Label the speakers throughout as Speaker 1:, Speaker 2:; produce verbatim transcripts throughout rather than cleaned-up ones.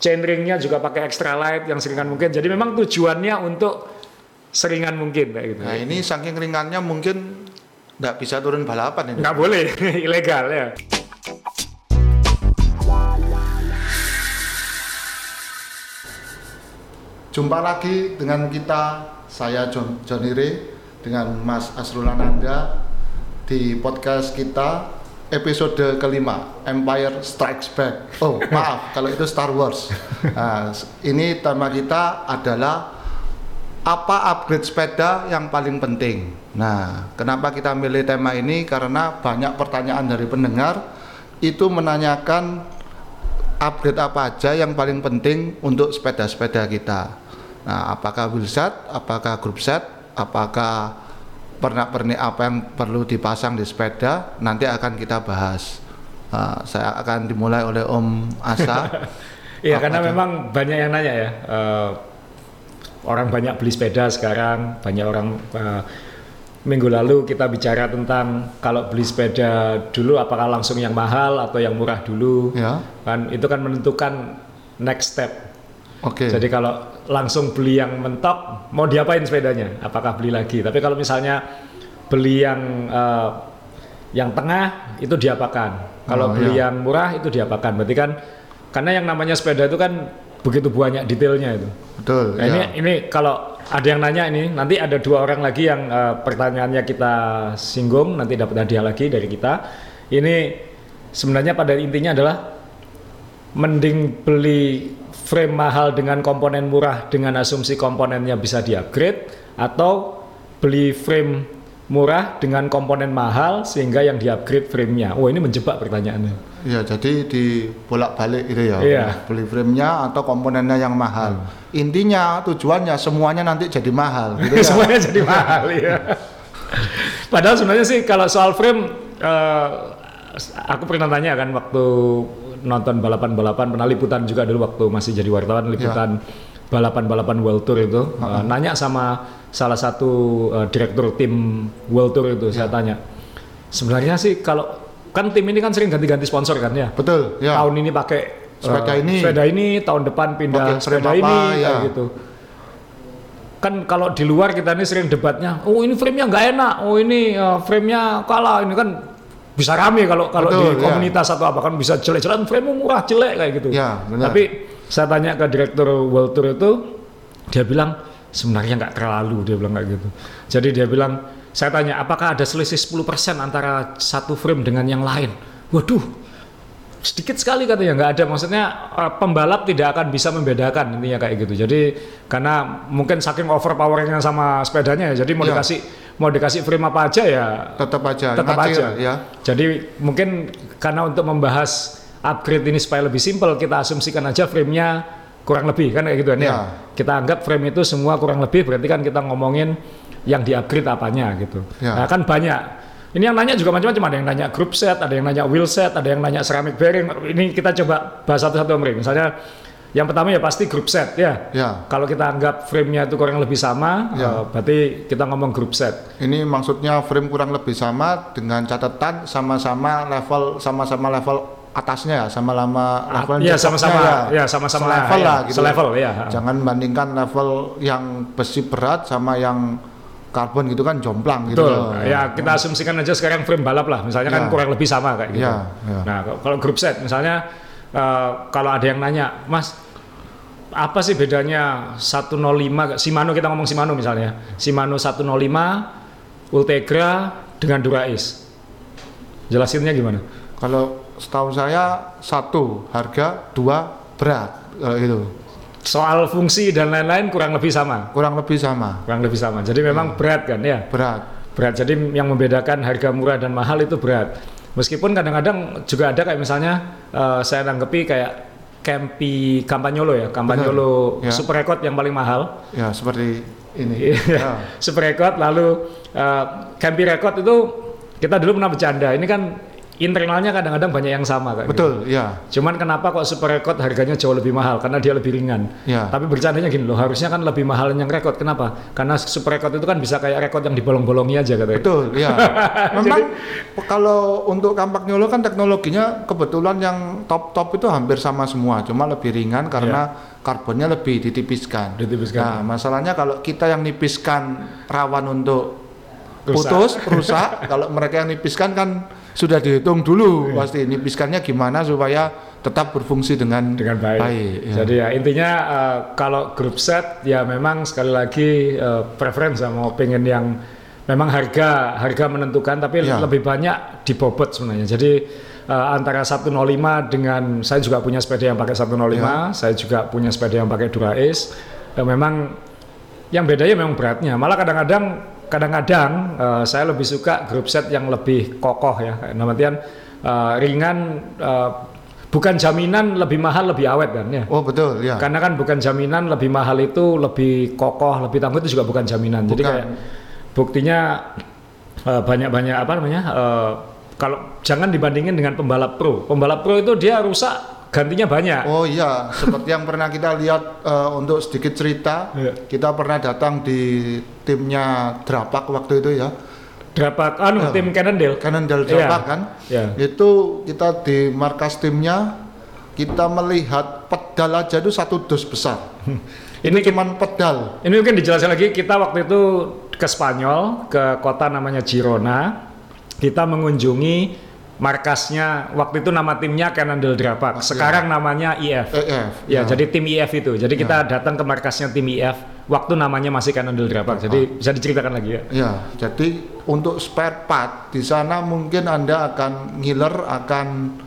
Speaker 1: chainringnya juga pakai extra light yang seringan mungkin. Jadi memang tujuannya untuk seringan mungkin kayak gitu.
Speaker 2: Nah ini saking ringannya mungkin nggak bisa turun balapan ini.
Speaker 1: Nggak boleh, ilegal ya.
Speaker 2: Jumpa lagi dengan kita, saya John, Johnny Ray dengan Mas Asrul Ananda di podcast kita episode kelima, Empire Strikes Back. Oh maaf, kalau itu Star Wars. Nah, ini tema kita adalah apa upgrade sepeda yang paling penting. Nah, kenapa kita milih tema ini? Karena banyak pertanyaan dari pendengar itu menanyakan upgrade apa aja yang paling penting untuk sepeda-sepeda kita. Nah, apakah wheelset, apakah group set, apakah pernak-pernik apa yang perlu dipasang di sepeda, nanti akan kita bahas. Nah, saya akan dimulai oleh Om Asa.
Speaker 1: Iya, karena itu? Memang banyak yang nanya ya. Uh, orang banyak beli sepeda sekarang, banyak orang uh, minggu lalu kita bicara tentang kalau beli sepeda dulu apakah langsung yang mahal atau yang murah dulu. Ya. Kan itu kan menentukan next step. Oke. Okay. Jadi kalau langsung beli yang mentok, mau diapain sepedanya? Apakah beli lagi? Tapi kalau misalnya beli yang uh, yang tengah itu diapakan. Kalau oh, beli iya. yang murah itu diapakan. Berarti kan karena yang namanya sepeda itu kan begitu banyak detailnya itu.
Speaker 2: Betul.
Speaker 1: Nah, iya. ini ini kalau ada yang nanya ini, nanti ada dua orang lagi yang uh, pertanyaannya kita singgung, nanti dapat hadiah lagi dari kita. Ini sebenarnya pada intinya adalah mending beli frame mahal dengan komponen murah dengan asumsi komponennya bisa di-upgrade, atau beli frame murah dengan komponen mahal sehingga yang di-upgrade framenya. Oh, ini menjebak pertanyaannya.
Speaker 2: Iya, jadi di bolak-balik itu ya. Iya. Beli framenya atau komponennya yang mahal. Hmm. Intinya tujuannya semuanya nanti jadi mahal. Gitu ya?
Speaker 1: Semuanya jadi mahal, ya. Padahal sebenarnya sih kalau soal frame, uh, aku pernah tanya kan waktu nonton balapan-balapan, pernah liputan juga dulu waktu masih jadi wartawan, liputan ya. balapan-balapan World Tour itu, uh-huh. uh, nanya sama salah satu uh, direktur tim World Tour itu, ya. Saya tanya, sebenarnya sih kalau kan tim ini kan sering ganti-ganti sponsor kan ya,
Speaker 2: betul. Ya.
Speaker 1: Tahun ini pakai
Speaker 2: sepeda uh, ini,
Speaker 1: sepeda ini, tahun depan pindah sepeda apa, ini, ya. Kayak gitu. Kan kalau di luar kita ini sering debatnya, oh ini frame-nya nggak enak, oh ini uh, frame-nya kalah, ini kan bisa rame kalau kalau di komunitas ya. Atau apa kan bisa jelek-jelek, frame murah jelek kayak gitu.
Speaker 2: Ya, benar.
Speaker 1: Tapi saya tanya ke direktur World Tour itu, dia bilang sebenarnya nggak terlalu, dia bilang kayak gitu. Jadi dia bilang, saya tanya apakah ada selisih sepuluh persen antara satu frame dengan yang lain. Waduh, sedikit sekali katanya, nggak ada. Maksudnya pembalap tidak akan bisa membedakan intinya kayak gitu. Jadi karena mungkin saking overpowernya sama sepedanya ya, jadi mau ya. dikasih mau dikasih frame apa aja ya
Speaker 2: tetap aja
Speaker 1: tetap
Speaker 2: Ngacil,
Speaker 1: aja
Speaker 2: ya.
Speaker 1: Jadi mungkin karena untuk membahas upgrade ini supaya lebih simpel, kita asumsikan aja frame-nya kurang lebih kan kayak gitu kan ya. ya. Kita anggap frame itu semua kurang lebih, berarti kan kita ngomongin yang di-upgrade apanya gitu. Ya. Nah, kan banyak. Ini yang nanya juga macam-macam, ada yang nanya group set, ada yang nanya wheel set, ada yang nanya ceramic bearing. Ini kita coba bahas satu-satu Om Ray. Misalnya yang pertama ya pasti group set ya. ya. Kalau kita anggap frame-nya itu kurang lebih sama, ya. uh, berarti kita ngomong group set.
Speaker 2: Ini maksudnya frame kurang lebih sama dengan catatan sama-sama level sama-sama level atasnya ya, sama-sama level
Speaker 1: ya, sama-sama ya, ya sama-sama
Speaker 2: level
Speaker 1: ya,
Speaker 2: lah gitu.
Speaker 1: Selevel ya.
Speaker 2: Jangan bandingkan level yang besi berat sama yang karbon gitu kan jomplang gitu.
Speaker 1: Betul. Ya, kita asumsikan aja sekarang frame balap lah, misalnya ya. kan kurang lebih sama kayak gitu.
Speaker 2: Ya, ya.
Speaker 1: Nah, kalau group set misalnya uh, kalau ada yang nanya, Mas, apa sih bedanya seratus lima Shimano, kita ngomong Shimano misalnya. Shimano seratus lima Ultegra dengan Dura-Ace. Jelasinnya gimana?
Speaker 2: Kalau setahu saya satu harga, dua berat kalau gitu.
Speaker 1: Soal fungsi dan lain-lain kurang lebih sama.
Speaker 2: Kurang lebih sama.
Speaker 1: Kurang lebih sama. Jadi memang hmm. berat kan ya?
Speaker 2: Berat.
Speaker 1: Berat. Jadi yang membedakan harga murah dan mahal itu berat. Meskipun kadang-kadang juga ada kayak misalnya uh, saya nanggepi kayak Campy Campagnolo ya, Campagnolo ya. Super Record yang paling mahal.
Speaker 2: Ya, seperti ini. ya.
Speaker 1: Super Record, lalu uh, Campy Record itu kita dulu pernah bercanda. Ini kan internalnya kadang-kadang banyak yang sama kan.
Speaker 2: Betul,
Speaker 1: gitu.
Speaker 2: ya.
Speaker 1: Cuman kenapa kok super record harganya jauh lebih mahal? Karena dia lebih ringan.
Speaker 2: Ya.
Speaker 1: Tapi bercandanya gini loh, harusnya kan lebih mahal yang record. Kenapa? Karena super record itu kan bisa kayak record yang dibolong-bolongi aja katanya.
Speaker 2: Betul, ya. Memang Jadi, kalau untuk Kampak Nyolo kan teknologinya kebetulan yang top-top itu hampir sama semua, cuma lebih ringan karena ya. Karbonnya lebih ditipiskan.
Speaker 1: Ditipiskan.
Speaker 2: Nah, masalahnya kalau kita yang nipiskan rawan untuk putus, rusak. Kalau mereka yang nipiskan kan sudah dihitung dulu, yeah. pasti nipiskannya gimana supaya tetap berfungsi dengan
Speaker 1: dengan baik. baik ya. Jadi ya intinya uh, kalau grup set ya memang sekali lagi uh, preference sama pengen yang memang harga harga menentukan, tapi yeah. lebih banyak di bobot sebenarnya. Jadi uh, antara seratus lima dengan saya juga punya sepeda yang pakai seratus lima, yeah. saya juga punya sepeda yang pakai Dura-Ace. Uh, memang yang bedanya memang beratnya. Malah kadang-kadang kadang-kadang uh, saya lebih suka grup set yang lebih kokoh ya, dalam artian uh, ringan, uh, bukan jaminan lebih mahal lebih awet kan ya.
Speaker 2: Oh betul ya.
Speaker 1: Karena kan bukan jaminan lebih mahal itu lebih kokoh, lebih tangguh itu juga bukan jaminan. Bukan. Jadi kayak buktinya uh, banyak-banyak apa namanya, uh, kalau jangan dibandingin dengan pembalap pro. Pembalap pro itu dia rusak gantinya banyak.
Speaker 2: Oh iya, seperti yang pernah kita lihat uh, untuk sedikit cerita, yeah. kita pernah datang di timnya Drapak waktu itu ya.
Speaker 1: Drapak, anu, yeah. tim Cannondale.
Speaker 2: Cannondale Drapak yeah. kan.
Speaker 1: Yeah.
Speaker 2: Itu kita di markas timnya, kita melihat pedal aja itu satu dus besar. Ini cuman pedal.
Speaker 1: Ini mungkin dijelaskan lagi, kita waktu itu ke Spanyol, ke kota namanya Girona, kita mengunjungi markasnya, waktu itu nama timnya Cannondale Drapak, sekarang ya. namanya I F.
Speaker 2: E F.
Speaker 1: Ya, ya, jadi tim I F itu. Jadi kita ya. datang ke markasnya tim I F, waktu namanya masih Cannondale Drapak. Jadi ah. bisa diceritakan lagi ya.
Speaker 2: Ya, jadi untuk spare part di sana mungkin Anda akan ngiler, akan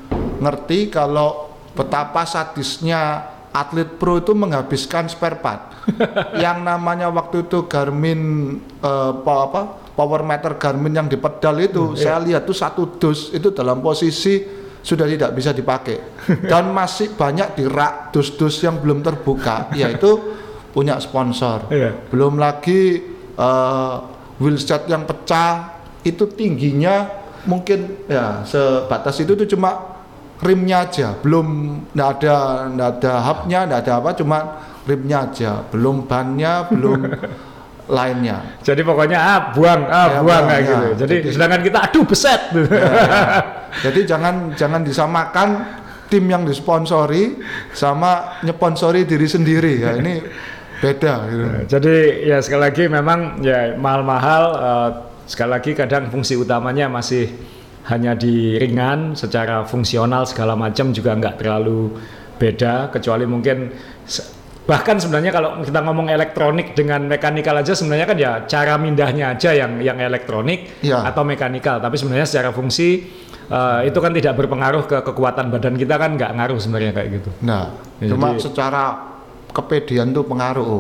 Speaker 2: ngerti kalau betapa sadisnya atlet pro itu menghabiskan spare part. Yang namanya waktu itu Garmin uh, apa? Power meter Garmin yang di pedal itu, hmm, saya iya. lihat tuh satu dus itu dalam posisi sudah tidak bisa dipakai dan masih banyak di rak dus-dus yang belum terbuka, yaitu punya sponsor. Iya. Belum lagi uh, wheelset yang pecah, itu tingginya mungkin ya sebatas itu tuh cuma rimnya aja, belum nggak ada nggak ada hubnya, nggak ada apa, cuma rimnya aja, belum bannya, belum lainnya.
Speaker 1: Jadi pokoknya ah buang ah ya, buang kayak ya. gitu. Jadi, Jadi sedangkan kita aduh beset. Ya, ya.
Speaker 2: Jadi jangan jangan disamakan tim yang disponsori sama nyponsori diri sendiri ya, ini beda gitu.
Speaker 1: Ya, jadi ya sekali lagi memang ya mahal-mahal, uh, sekali lagi kadang fungsi utamanya masih hanya di ringan, secara fungsional segala macam juga nggak terlalu beda, kecuali mungkin bahkan sebenarnya kalau kita ngomong elektronik dengan mekanikal aja sebenarnya kan ya cara mindahnya aja yang yang elektronik ya. Atau mekanikal, tapi sebenarnya secara fungsi uh, itu kan tidak berpengaruh ke kekuatan badan kita, kan nggak ngaruh sebenarnya kayak gitu.
Speaker 2: Nah, ya, cuma jadi, secara kepedean tuh pengaruh.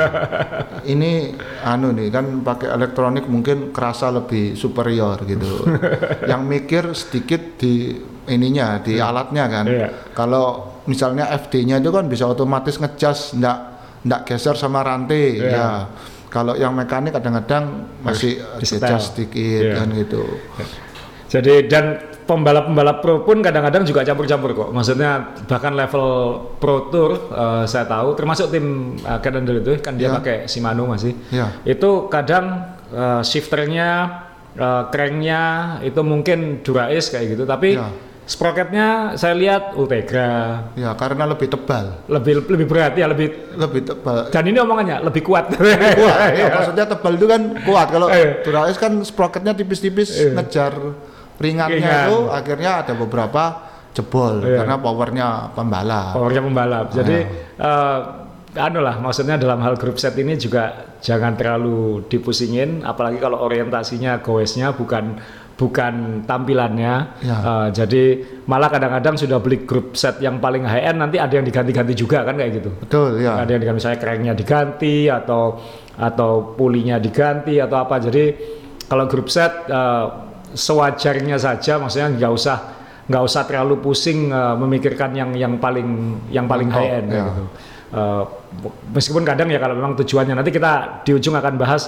Speaker 2: Ini anu nih kan pakai elektronik mungkin kerasa lebih superior gitu. Yang mikir sedikit di ininya, di alatnya kan. Ya. Kalau misalnya F D-nya itu kan bisa otomatis ngecas, ndak ndak geser sama rantai yeah. ya. Kalau yang mekanik kadang-kadang masih adjust sedikit yeah. kan gitu.
Speaker 1: Jadi dan pembalap-pembalap pro pun kadang-kadang juga campur-campur kok. Maksudnya bahkan level pro tour uh, saya tahu, termasuk tim uh, Cannondale itu kan dia yeah. pakai Shimano masih. Yeah. Itu kadang uh, shifternya, uh, cranknya itu mungkin Dura-Ace kayak gitu, tapi yeah. sprocketnya saya lihat Ultegra.
Speaker 2: Ya, karena lebih tebal.
Speaker 1: Lebih lebih berat ya, lebih
Speaker 2: lebih tebal.
Speaker 1: Dan ini omongannya lebih kuat.
Speaker 2: Lebih kuat. Ya, maksudnya tebal itu kan kuat. Kalau Dura-Ace kan sprocketnya tipis-tipis, ngejar ringannya Ringan. Itu akhirnya ada beberapa jebol iya. karena powernya pembalap.
Speaker 1: Powernya pembalap. Jadi uh, anu lah, maksudnya dalam hal grup set ini juga jangan terlalu dipusingin, apalagi kalau orientasinya goesnya bukan bukan tampilannya, ya. uh, jadi malah kadang-kadang sudah beli grup set yang paling high end nanti ada yang diganti-ganti juga kan kayak gitu.
Speaker 2: Betul ya.
Speaker 1: Ada yang diganti, misalnya cranknya diganti atau atau pulinya diganti atau apa. Jadi kalau grup set uh, sewajarnya saja, maksudnya nggak usah nggak usah terlalu pusing uh, memikirkan yang yang paling yang paling oh, high end ya. gitu. Uh, meskipun kadang ya kalau memang tujuannya nanti kita di ujung akan bahas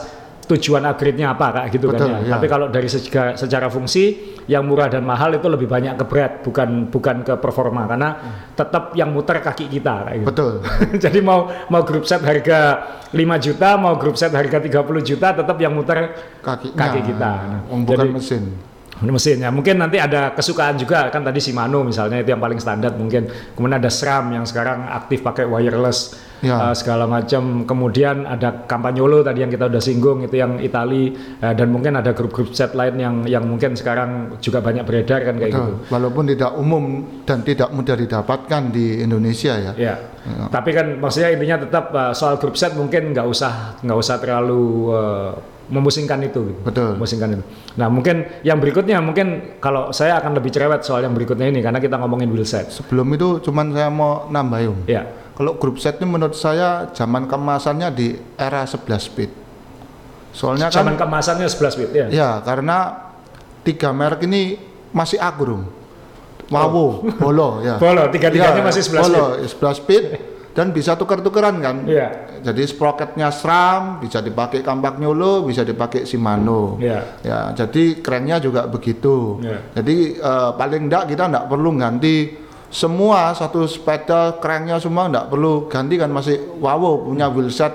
Speaker 1: tujuan upgrade-nya apa kayak gitu.
Speaker 2: Betul,
Speaker 1: kan ya.
Speaker 2: Ya.
Speaker 1: Tapi kalau dari secara, secara fungsi yang murah dan mahal itu lebih banyak ke berat, bukan bukan ke performa, karena tetap yang muter kaki kita kayak gitu.
Speaker 2: Betul.
Speaker 1: Jadi mau mau grup set harga lima juta, mau grup set harga tiga puluh juta, tetap yang muter
Speaker 2: Kakinya,
Speaker 1: kaki kita. Nah,
Speaker 2: bukan
Speaker 1: jadi,
Speaker 2: mesin.
Speaker 1: mesinnya mungkin nanti ada kesukaan juga kan, tadi Shimano misalnya itu yang paling standar mungkin, kemudian ada SRAM yang sekarang aktif pakai wireless
Speaker 2: Ya.
Speaker 1: uh, segala macam, kemudian ada Campagnolo tadi yang kita udah singgung itu yang Itali, uh, dan mungkin ada grup-grup set lain yang yang mungkin sekarang juga banyak beredar kan kayak
Speaker 2: Betul.
Speaker 1: gitu.
Speaker 2: Walaupun tidak umum dan tidak mudah didapatkan di Indonesia ya.
Speaker 1: Ya. Ya. Tapi kan maksudnya intinya tetap uh, soal grup set mungkin nggak usah nggak usah terlalu uh, memusingkan itu. Gitu.
Speaker 2: Betul.
Speaker 1: Memusingkan itu. Nah mungkin yang berikutnya mungkin kalau saya akan lebih cerewet soal yang berikutnya ini karena kita ngomongin wheel set.
Speaker 2: Sebelum itu cuman saya mau nambahin.
Speaker 1: Ya.
Speaker 2: Kalau grup set ini menurut saya zaman kemasannya di era sebelas speed. Soalnya
Speaker 1: Zaman
Speaker 2: kan
Speaker 1: kemasannya sebelas bit ya.
Speaker 2: ya karena tiga merek ini masih agrum. Wawo, Bolo ya.
Speaker 1: Bolo, tiga-tiganya
Speaker 2: Ya,
Speaker 1: masih sebelas
Speaker 2: Bolo,
Speaker 1: bit.
Speaker 2: sebelas speed dan bisa tuker-tukeran kan.
Speaker 1: Iya.
Speaker 2: Jadi sprocketnya SRAM, bisa dipakai Campagnolo, bisa dipakai Shimano.
Speaker 1: Iya.
Speaker 2: Ya, jadi kerennya juga begitu.
Speaker 1: Iya.
Speaker 2: Jadi eh, paling enggak kita enggak perlu ganti semua satu sepeda, kerennya semua enggak perlu ganti kan, masih wow punya wheelset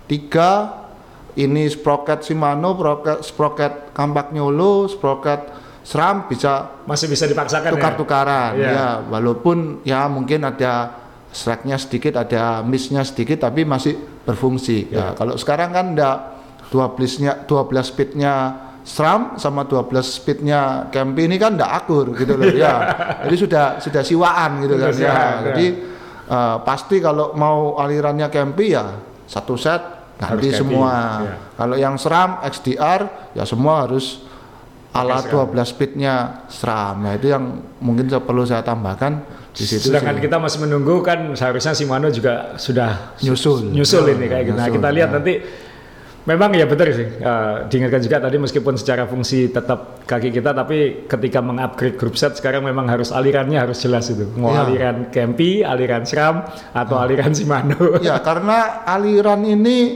Speaker 2: tiga, ini sprocket Shimano, sprocket, sprocket Campagnolo, sprocket SRAM bisa
Speaker 1: Masih bisa dipaksakan
Speaker 2: tukar-tukaran.
Speaker 1: ya.
Speaker 2: Ya, walaupun ya mungkin ada slacknya sedikit, ada missnya sedikit, tapi masih berfungsi. Ya,
Speaker 1: Ya.
Speaker 2: kalau sekarang kan enggak dua belasnya dua belas speednya SRAM sama dua belas speednya Campy ini kan enggak akur gitu loh ya. Jadi sudah sudah siwaan gitu kan
Speaker 1: Sudah
Speaker 2: ya.
Speaker 1: siwaan, ya.
Speaker 2: Jadi uh, pasti kalau mau alirannya Campy ya satu set ganti
Speaker 1: Harus Campy,
Speaker 2: semua.
Speaker 1: ya.
Speaker 2: Kalau yang SRAM X D R ya semua harus ala
Speaker 1: SRAM.
Speaker 2: dua belas speednya SRAM. Nah itu yang mungkin saya perlu saya tambahkan di situ.
Speaker 1: Sedangkan
Speaker 2: sih.
Speaker 1: kita masih menunggu kan, seharusnya Shimano juga sudah
Speaker 2: Nyusul.
Speaker 1: nyusul
Speaker 2: Oh,
Speaker 1: ini kayak gitu. Nah
Speaker 2: nyusul,
Speaker 1: kita lihat
Speaker 2: ya.
Speaker 1: nanti. Memang ya betul sih, uh, diingatkan juga tadi meskipun secara fungsi tetap kaki kita, tapi ketika mengupgrade grup set sekarang memang harus alirannya harus jelas itu. Mau
Speaker 2: Ya.
Speaker 1: aliran Campy, aliran SRAM, atau aliran Shimano.
Speaker 2: Ya karena aliran ini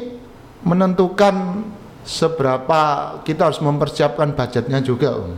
Speaker 2: menentukan seberapa kita harus mempersiapkan budgetnya juga Om.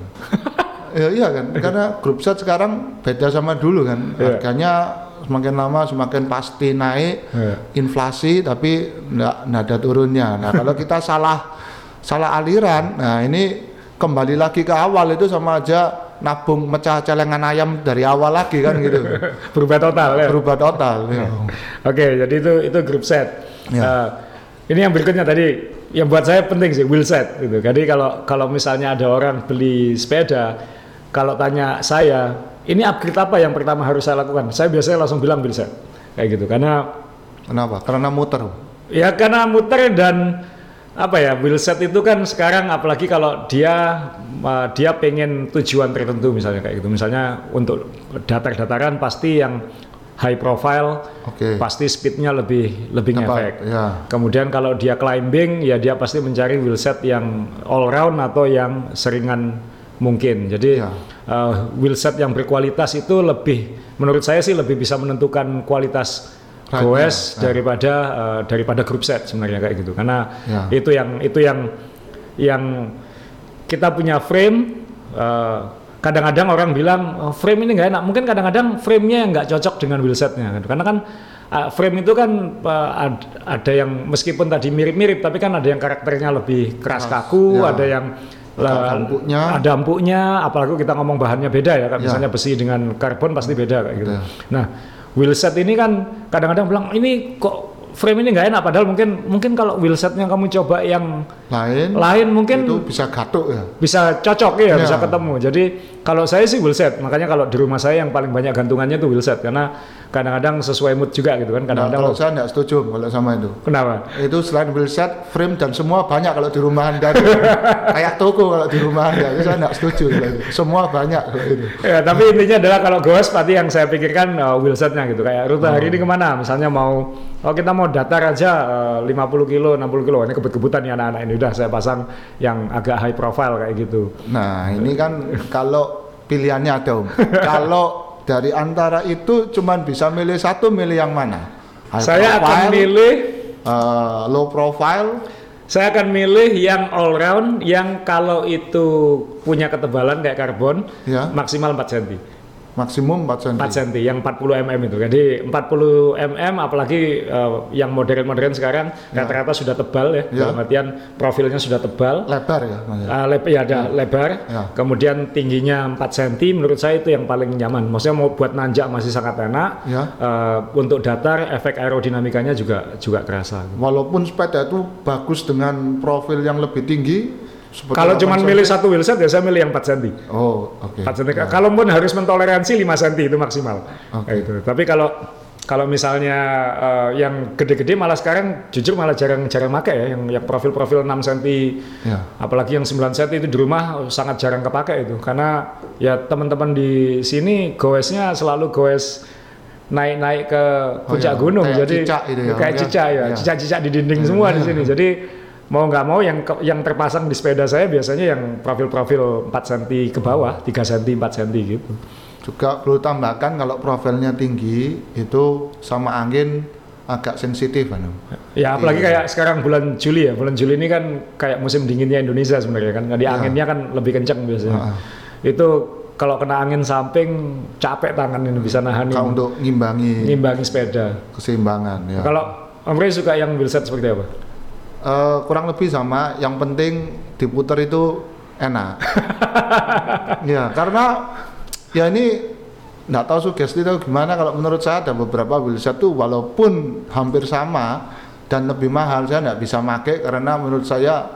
Speaker 2: Ya, iya kan, karena grup set sekarang beda sama dulu kan,
Speaker 1: Iya.
Speaker 2: harganya semakin lama semakin pasti naik,
Speaker 1: Iya.
Speaker 2: inflasi tapi nggak nggak ada turunnya. Nah kalau kita salah salah aliran, nah ini kembali lagi ke awal itu sama aja nabung mecah celengan ayam dari awal lagi kan gitu,
Speaker 1: Berubah total ya.
Speaker 2: berubah total. Ya.
Speaker 1: Oke, jadi itu itu grup set.
Speaker 2: Ya.
Speaker 1: Uh, ini yang berikutnya tadi yang buat saya penting sih, wheel set gitu. Jadi kalau kalau misalnya ada orang beli sepeda, kalau tanya saya, ini upgrade apa yang pertama harus saya lakukan? Saya biasanya langsung bilang wheel set kayak gitu, karena
Speaker 2: Kenapa? Karena muter.
Speaker 1: ya karena muter dan apa ya, wheel set itu kan sekarang apalagi kalau dia uh, dia pengen tujuan tertentu misalnya kayak gitu. Misalnya untuk datar-dataran pasti yang high profile,
Speaker 2: Oke.
Speaker 1: pasti speednya lebih lebih
Speaker 2: Cepat,
Speaker 1: ngefek.
Speaker 2: ya.
Speaker 1: Kemudian kalau dia climbing ya dia pasti mencari wheel set yang all round atau yang seringan mungkin. Jadi
Speaker 2: Ya.
Speaker 1: uh, wheel set yang berkualitas itu lebih, menurut saya sih lebih bisa menentukan kualitas
Speaker 2: Ride-nya,
Speaker 1: goes
Speaker 2: ya.
Speaker 1: daripada uh, daripada grup set sebenarnya kayak gitu. Karena
Speaker 2: Ya.
Speaker 1: itu yang itu yang yang kita punya frame. Uh, kadang-kadang orang bilang oh, frame ini nggak enak. Mungkin kadang-kadang frame-nya yang nggak cocok dengan wheel setnya. Karena kan uh, frame itu kan uh, ad, ada yang meskipun tadi mirip-mirip, tapi kan ada yang karakternya lebih keras
Speaker 2: Keras,
Speaker 1: kaku,
Speaker 2: ya.
Speaker 1: ada yang
Speaker 2: Ada empuknya.
Speaker 1: ada empuknya, apalagi kita ngomong bahannya beda ya kan,
Speaker 2: Ya.
Speaker 1: misalnya besi dengan karbon pasti beda kayak gitu.
Speaker 2: Betul.
Speaker 1: Nah, wheel set ini kan kadang-kadang bilang ini kok frame ini nggak enak, padahal mungkin mungkin kalau wheel setnya kamu coba yang
Speaker 2: Lain.
Speaker 1: lain mungkin
Speaker 2: itu bisa gatuk ya.
Speaker 1: bisa cocok ya,
Speaker 2: Ya.
Speaker 1: bisa ketemu. Jadi kalau saya sih wheel set, makanya kalau di rumah saya yang paling banyak gantungannya tuh wheel set, karena kadang-kadang sesuai mood juga gitu kan.
Speaker 2: Nah,
Speaker 1: Kadang-kadang
Speaker 2: kalau saya nggak setuju kalau sama itu.
Speaker 1: kenapa?
Speaker 2: Itu selain wheel set, frame dan semua banyak kalau di rumah Anda. Kayak toko kalau di rumah Anda. Itu saya nggak setuju kalau itu. Semua banyak kalau itu.
Speaker 1: Ya, tapi intinya adalah kalau goes pasti yang saya pikirkan uh, wheel setnya gitu. Kayak rute hari ini kemana? Misalnya mau, oh kita mau datar aja uh, lima puluh kilo, enam puluh kilo. Ini kebut-kebutan nih anak-anak ini. Udah saya pasang yang agak high profile kayak gitu.
Speaker 2: Nah, ini kan kalau pilihannya ada Om. Kalau dari antara itu cuman bisa milih satu, milih yang mana? High
Speaker 1: Saya akan
Speaker 2: profile,
Speaker 1: milih
Speaker 2: eh, low profile,
Speaker 1: Saya akan milih yang all round, yang kalau itu punya ketebalan kayak karbon,
Speaker 2: Ya.
Speaker 1: maksimal empat sentimeter.
Speaker 2: Maksimum empat sentimeter.
Speaker 1: empat sentimeter, yang empat puluh milimeter itu. Jadi empat puluh milimeter, apalagi uh, yang modern-modern sekarang
Speaker 2: Ya.
Speaker 1: rata-rata sudah tebal ya,
Speaker 2: Ya.
Speaker 1: dalam artian profilnya sudah tebal.
Speaker 2: Lebar ya, Mas?
Speaker 1: Uh, leb- ya ada
Speaker 2: Ya.
Speaker 1: lebar,
Speaker 2: Ya.
Speaker 1: kemudian tingginya empat sentimeter, menurut saya itu yang paling nyaman. Maksudnya mau buat nanjak masih sangat enak,
Speaker 2: Ya.
Speaker 1: uh, untuk datar efek aerodinamikanya juga juga kerasa.
Speaker 2: Walaupun sepeda itu bagus dengan profil yang lebih tinggi. seperti
Speaker 1: Kalau cuma
Speaker 2: delapan
Speaker 1: milih
Speaker 2: sentimeter.
Speaker 1: satu wheelset ya saya milih yang empat sentimeter.
Speaker 2: Oh, oke.
Speaker 1: empat sentimeter.
Speaker 2: Ya.
Speaker 1: Kalaupun harus mentoleransi lima sentimeter itu maksimal.
Speaker 2: Oke.
Speaker 1: Kayak gitu. Tapi kalau kalau misalnya uh, yang gede-gede malah sekarang jujur malah jarang-jarang pakai ya, yang yang profil-profil enam sentimeter.
Speaker 2: Ya.
Speaker 1: Apalagi yang sembilan sentimeter itu di rumah sangat jarang kepakai itu, karena ya teman-teman di sini goesnya selalu goes naik-naik ke puncak
Speaker 2: iya.
Speaker 1: gunung,
Speaker 2: Kayak
Speaker 1: jadi
Speaker 2: cicak gitu ya,
Speaker 1: kayak
Speaker 2: ya.
Speaker 1: cicak ya,
Speaker 2: Iya.
Speaker 1: cicak-cicak di dinding semua di sini. Jadi mau nggak mau yang ke- yang terpasang di sepeda saya biasanya yang profil-profil empat sentimeter ke bawah, tiga sentimeter, empat sentimeter gitu.
Speaker 2: Juga perlu tambahkan kalau profilnya tinggi itu sama angin agak sensitif, Anu.
Speaker 1: Ya apalagi
Speaker 2: Iya.
Speaker 1: kayak sekarang bulan Juli ya, bulan Juli ini kan kayak musim dinginnya Indonesia sebenarnya kan, jadi
Speaker 2: Ya.
Speaker 1: anginnya kan lebih kencang biasanya.
Speaker 2: Ah.
Speaker 1: Itu kalau kena angin samping capek tangan ini bisa nahan
Speaker 2: Kalau untuk ngimbangi
Speaker 1: ngimbangi sepeda.
Speaker 2: keseimbangan ya.
Speaker 1: Kalau Om Rey suka yang wheelset seperti apa?
Speaker 2: Eh, kurang lebih sama, yang penting diputer itu enak. Ya, karena ya ini nggak tahu sugesti itu gimana. Kalau menurut saya ada beberapa wheelset tuh walaupun hampir sama dan lebih mahal, saya nggak bisa pakai karena menurut saya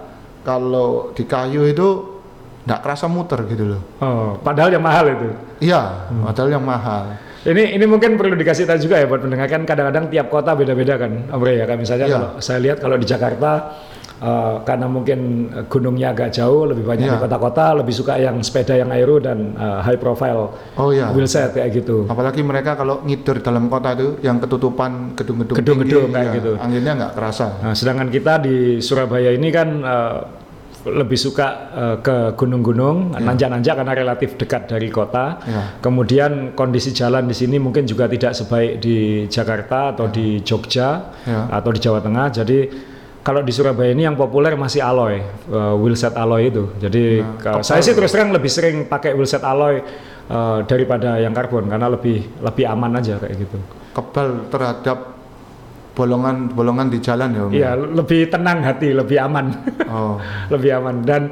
Speaker 2: kalau di kayu itu nggak kerasa muter gitu loh.
Speaker 1: Oh, padahal yang mahal itu.
Speaker 2: Iya, padahal yang mahal.
Speaker 1: Ini ini mungkin perlu dikasih tahu juga ya buat pendengar, kan kadang-kadang tiap kota beda-beda kan, Om Rey ya. Kan misalnya
Speaker 2: Iya.
Speaker 1: kalau saya lihat kalau di Jakarta uh, karena mungkin uh, gunungnya agak jauh, lebih banyak di
Speaker 2: Iya.
Speaker 1: kota-kota lebih suka yang sepeda yang aero dan uh, high profile
Speaker 2: Oh iya.
Speaker 1: wheelset kayak gitu.
Speaker 2: Apalagi mereka kalau ngider dalam kota itu yang ketutupan gedung-gedung
Speaker 1: Gedung-gedung
Speaker 2: tinggi,
Speaker 1: kayak
Speaker 2: ya,
Speaker 1: gitu.
Speaker 2: anginnya nggak kerasa.
Speaker 1: Nah, sedangkan kita di Surabaya ini kan uh, lebih suka uh, ke gunung-gunung,
Speaker 2: Ya.
Speaker 1: nanjak-nanjak karena relatif dekat dari kota.
Speaker 2: Ya.
Speaker 1: Kemudian kondisi jalan di sini mungkin juga tidak sebaik di Jakarta atau di Jogja
Speaker 2: Ya.
Speaker 1: atau di Jawa Tengah. Jadi kalau di Surabaya ini yang populer masih alloy, uh, wheelset alloy itu. Jadi
Speaker 2: Nah,
Speaker 1: kalau
Speaker 2: kebal.
Speaker 1: saya sih terus terang lebih sering pakai wheelset alloy uh, daripada yang karbon karena lebih lebih aman aja kayak gitu.
Speaker 2: Kebal terhadap bolongan-bolongan di jalan ya Om?
Speaker 1: Iya, lebih tenang hati, lebih aman.
Speaker 2: Oh,
Speaker 1: Lebih aman. Dan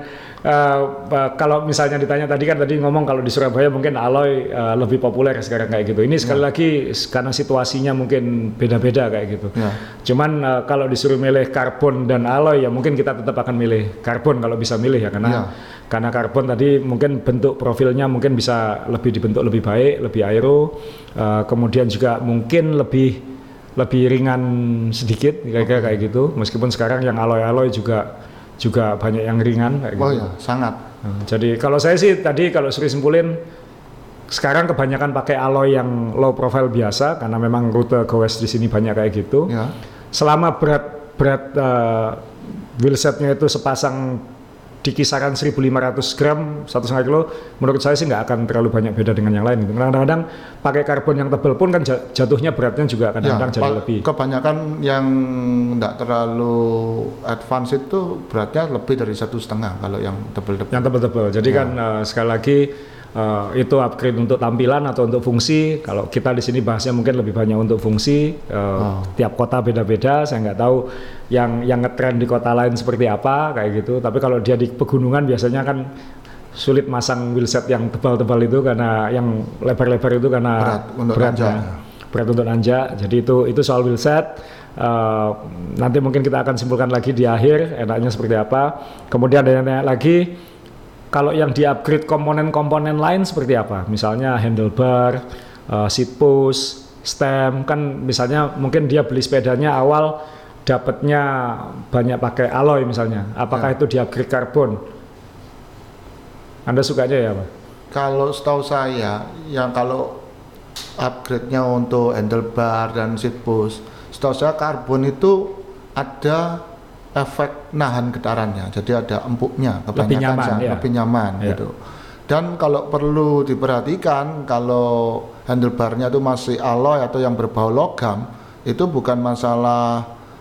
Speaker 1: uh, uh, kalau misalnya ditanya tadi kan tadi ngomong kalau di Surabaya mungkin alloy uh, lebih populer sekarang kayak gitu. Ini sekali lagi s- karena situasinya mungkin beda-beda kayak gitu.
Speaker 2: ya.
Speaker 1: Cuman uh, kalau disuruh milih karbon dan alloy ya mungkin kita tetap akan milih karbon kalau bisa milih ya, karena
Speaker 2: Ya.
Speaker 1: karena karbon tadi mungkin bentuk profilnya mungkin bisa lebih dibentuk lebih baik, lebih aero, uh, kemudian juga mungkin lebih lebih ringan sedikit kira-kira kayak gitu. Meskipun sekarang yang alloy-alloy juga juga banyak yang ringan kayak
Speaker 2: Oh
Speaker 1: gitu.
Speaker 2: ya, sangat.
Speaker 1: Nah, jadi kalau saya sih tadi kalau suruh simpulin sekarang kebanyakan pakai alloy yang low profile biasa karena memang rute goes di sini banyak kayak gitu.
Speaker 2: Ya.
Speaker 1: Selama berat berat uh, wheelsetnya itu sepasang di kisaran seribu lima ratus gram, satu setengah kilo, menurut saya sih nggak akan terlalu banyak beda dengan yang lain. Gitu. Kadang-kadang pakai karbon yang tebal pun kan ja- jatuhnya beratnya juga
Speaker 2: Ya,
Speaker 1: kadang-kadang jadi
Speaker 2: pa-
Speaker 1: lebih.
Speaker 2: kebanyakan yang tidak terlalu advance itu beratnya lebih dari satu setengah kalau yang tebel-tebel.
Speaker 1: Yang tebal-tebal. Jadi
Speaker 2: Ya.
Speaker 1: kan uh, sekali lagi uh, itu upgrade untuk tampilan atau untuk fungsi. Kalau kita di sini bahasnya mungkin lebih banyak untuk fungsi. Uh,
Speaker 2: Oh.
Speaker 1: Tiap kota beda-beda. Saya nggak tahu yang yang ngetren di kota lain seperti apa kayak gitu. Tapi kalau dia di pegunungan biasanya kan sulit masang wheelset yang tebal-tebal itu karena yang lebar-lebar itu karena
Speaker 2: Berat untuk
Speaker 1: berat,
Speaker 2: nanjak.
Speaker 1: ya. Berat untuk nanjak. Jadi itu itu soal wheelset. Uh, nanti mungkin kita akan simpulkan lagi di akhir enaknya seperti apa. Kemudian ada yang nanya lagi, kalau yang di-upgrade komponen-komponen lain seperti apa? Misalnya handlebar, uh, seat post, stem, kan misalnya mungkin dia beli sepedanya awal dapatnya banyak pakai alloy misalnya. Apakah
Speaker 2: Ya.
Speaker 1: itu di-upgrade karbon? Anda sukanya ya Pak?
Speaker 2: Kalau setahu saya, yang kalau upgrade-nya untuk handlebar dan seat post, setahu saya karbon itu ada efek nahan getarannya, jadi ada empuknya, kebanyakan
Speaker 1: nyaman,
Speaker 2: saya,
Speaker 1: ya.
Speaker 2: lebih nyaman
Speaker 1: Ya.
Speaker 2: gitu. Dan kalau perlu diperhatikan, kalau handlebarnya itu masih alloy atau yang berbau logam, itu bukan masalah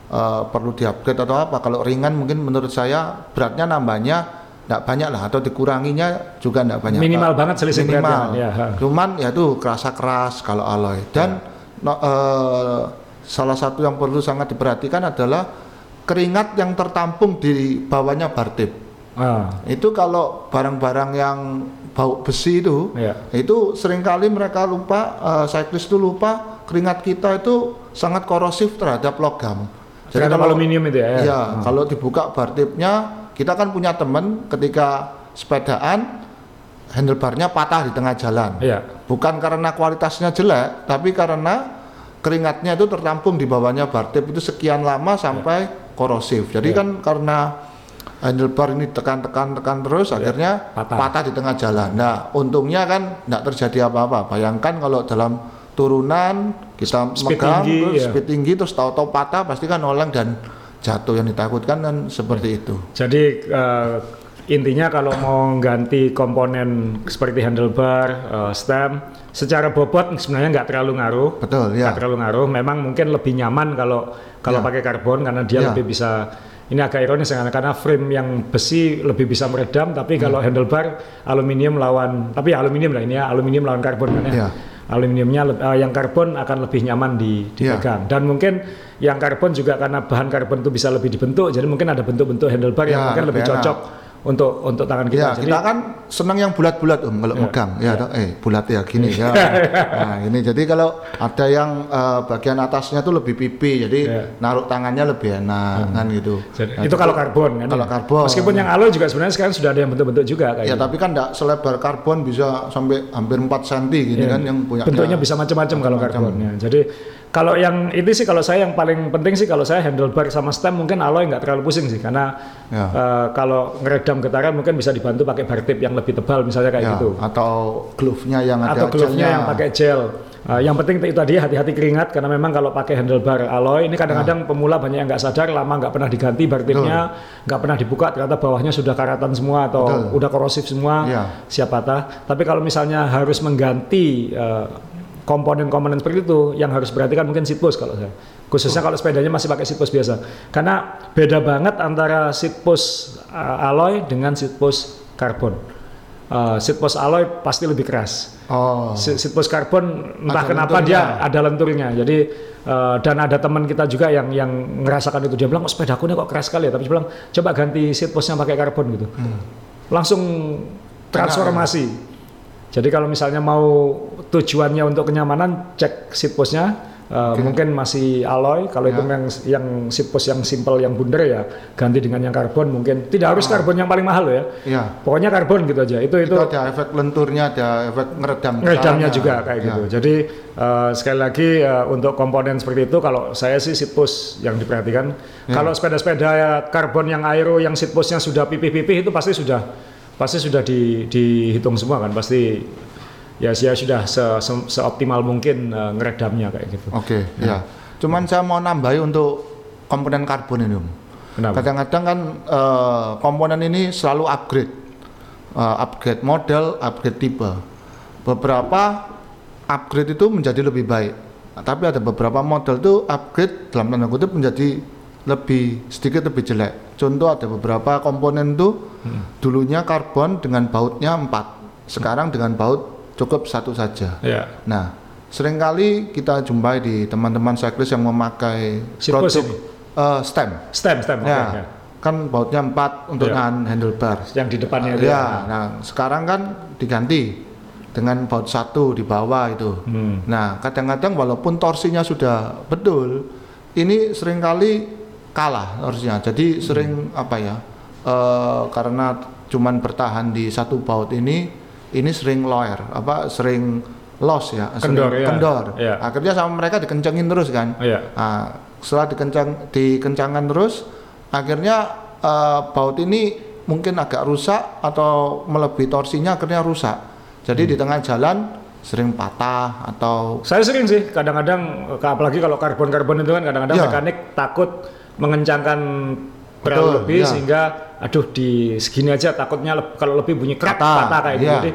Speaker 2: uh, perlu diupgrade atau apa. Kalau ringan mungkin menurut saya beratnya nambahnya tidak banyak lah, atau dikuranginya juga tidak banyak.
Speaker 1: Minimal uh, banget selisih
Speaker 2: minimal.
Speaker 1: Ya,
Speaker 2: cuman ya tuh kerasa keras kalau alloy. Dan ya. no, uh, salah satu yang perlu sangat diperhatikan adalah keringat yang tertampung di bawahnya bar tip. Ah. Itu kalau barang-barang yang bau besi itu, ya. Itu seringkali mereka lupa, uh, cyclist itu lupa keringat kita itu sangat korosif terhadap logam.
Speaker 1: Jadi kalau aluminium itu ya.
Speaker 2: Ya, hmm. kalau dibuka bar tipnya, kita kan punya teman ketika sepedaan handlebarnya patah di tengah jalan. Ya. Bukan karena kualitasnya jelek, tapi karena keringatnya itu tertampung di bawahnya bar tip itu sekian lama sampai ya. korosif. Jadi ya. kan karena handlebar ini tekan-tekan-tekan terus ya. akhirnya patah. patah di tengah jalan. Nah, untungnya kan tidak terjadi apa-apa. Bayangkan kalau dalam turunan kita speed megang tinggi, terus ya. speed tinggi terus tahu-tahu patah, pasti kan oleng dan jatuh. Yang ditakutkan kan seperti itu.
Speaker 1: Jadi uh, intinya kalau mau ganti komponen seperti handlebar, uh, stem, secara bobot sebenarnya nggak terlalu ngaruh.
Speaker 2: Betul ya.
Speaker 1: Nggak terlalu ngaruh. Memang mungkin lebih nyaman kalau kalau ya. pakai karbon karena dia ya. lebih bisa. Ini agak ironis karena frame yang besi lebih bisa meredam, tapi hmm. kalau handlebar aluminium lawan, tapi ya aluminium lah ini ya, aluminium lawan karbon kan ya. ya. Aluminiumnya uh, yang karbon akan lebih nyaman di, dipegang. Yeah. Dan mungkin yang karbon juga karena bahan karbon itu bisa lebih dibentuk, jadi mungkin ada bentuk-bentuk handlebar yeah, yang mungkin lebih enak. cocok untuk untuk tangan kita.
Speaker 2: Ya, jadi, kita kan senang yang bulat-bulat om kalau ya, megang, ya, ya. eh bulat ya gini ya. Nah ini jadi kalau ada yang uh, bagian atasnya tuh lebih pipi, jadi ya. naruh tangannya lebih enak hmm. kan gitu.
Speaker 1: Jadi, nah, itu kalau karbon kan.
Speaker 2: Kalau ya? karbon.
Speaker 1: Meskipun yang alloy juga sebenarnya sekarang sudah ada yang bentuk-bentuk juga kayak.
Speaker 2: Ya
Speaker 1: gitu.
Speaker 2: tapi kan tidak selebar karbon, bisa sampai hampir empat sentimeter gini ya. kan yang punya.
Speaker 1: Bentuknya bisa macam-macam kalau karbon. Ya. Jadi kalau yang itu sih kalau saya yang paling penting sih kalau saya handlebar sama stem mungkin alloy nggak terlalu pusing sih karena ya. uh, kalau ngeredam getaran mungkin bisa dibantu pakai bar tip yang lebih tebal misalnya kayak ya, gitu.
Speaker 2: Atau glove-nya yang ada
Speaker 1: atau glove-nya yang pakai gel. Uh, yang penting itu tadi hati-hati keringat karena memang kalau pakai handlebar alloy ini kadang-kadang ya. pemula banyak yang nggak sadar lama nggak pernah diganti bar tipnya, nggak pernah dibuka ternyata bawahnya sudah karatan semua atau Betul. udah korosif semua ya. siap patah. Tapi kalau misalnya harus mengganti uh, komponen-komponen seperti itu yang harus perhatikan mungkin seat post kalau saya khususnya oh. kalau sepedanya masih pakai seat post biasa karena beda banget antara seat post uh, alloy dengan seat post karbon. uh, seat post alloy pasti lebih keras. oh. Seat post karbon entah ada kenapa lenturnya. dia ada lenturnya jadi uh, dan ada teman kita juga yang yang ngerasakan itu, dia bilang kok sepedaku ini kok keras sekali ya, tapi dia bilang coba ganti seat postnya pakai karbon gitu. hmm. Langsung transformasi. Enak, ya? Jadi kalau misalnya mau tujuannya untuk kenyamanan, cek seat postnya, uh, okay. mungkin masih alloy. Kalau ya. itu yang yang seat post yang simple, yang bundar ya ganti dengan yang karbon. Mungkin tidak harus oh. karbon yang paling mahal ya. ya. Pokoknya karbon gitu aja. Itu itu.
Speaker 2: Itu ada efek lenturnya, ada efek ngeredam.
Speaker 1: Ngeredamnya juga kayak ya. gitu. Jadi uh, sekali lagi uh, untuk komponen seperti itu, kalau saya sih seat post yang diperhatikan. Ya. Kalau sepeda-sepeda karbon yang aero, yang seat postnya sudah pipih-pipih itu pasti sudah. Pasti sudah di, dihitung semua kan, pasti ya saya sudah se, se, seoptimal mungkin uh, ngeredamnya kayak gitu.
Speaker 2: Oke, okay, ya. ya. Cuman saya mau nambahi untuk komponen karbon ini, Om. Kenapa? Kadang-kadang kan uh, komponen ini selalu upgrade, uh, upgrade model, upgrade tipe. Beberapa upgrade itu menjadi lebih baik, nah, tapi ada beberapa model itu upgrade dalam tanda kutip menjadi lebih sedikit lebih jelek. Contoh ada beberapa komponen itu hmm. dulunya karbon dengan bautnya empat, sekarang dengan baut cukup satu saja. Yeah. Nah, seringkali kita jumpai di teman-teman cyclist yang memakai produk uh, stem.
Speaker 1: Stem, stem.
Speaker 2: Ya, okay, yeah. Kan bautnya empat untuk yeah. nahan handlebar.
Speaker 1: Yang di depannya.
Speaker 2: Ya, yeah. Nah sekarang kan diganti dengan baut satu di bawah itu. Hmm. Nah, kadang-kadang walaupun torsinya sudah betul, ini seringkali kalah harusnya, jadi sering hmm. apa ya uh, karena cuman bertahan di satu baut ini ini sering lower apa sering loss ya
Speaker 1: kendor,
Speaker 2: sering
Speaker 1: ya.
Speaker 2: kendor
Speaker 1: ya.
Speaker 2: Akhirnya sama mereka dikencengin terus kan ya. Nah, setelah dikencang dikencangkan terus akhirnya uh, baut ini mungkin agak rusak atau melebihi torsinya akhirnya rusak, jadi hmm. di tengah jalan sering patah atau
Speaker 1: saya sering sih kadang-kadang apalagi kalau karbon-karbon itu kan kadang-kadang ya. mekanik takut mengencangkan terlalu lebih ya. Sehingga aduh di segini aja takutnya le- kalau lebih bunyi krak patah, patah kayak gitu. Ya. Jadi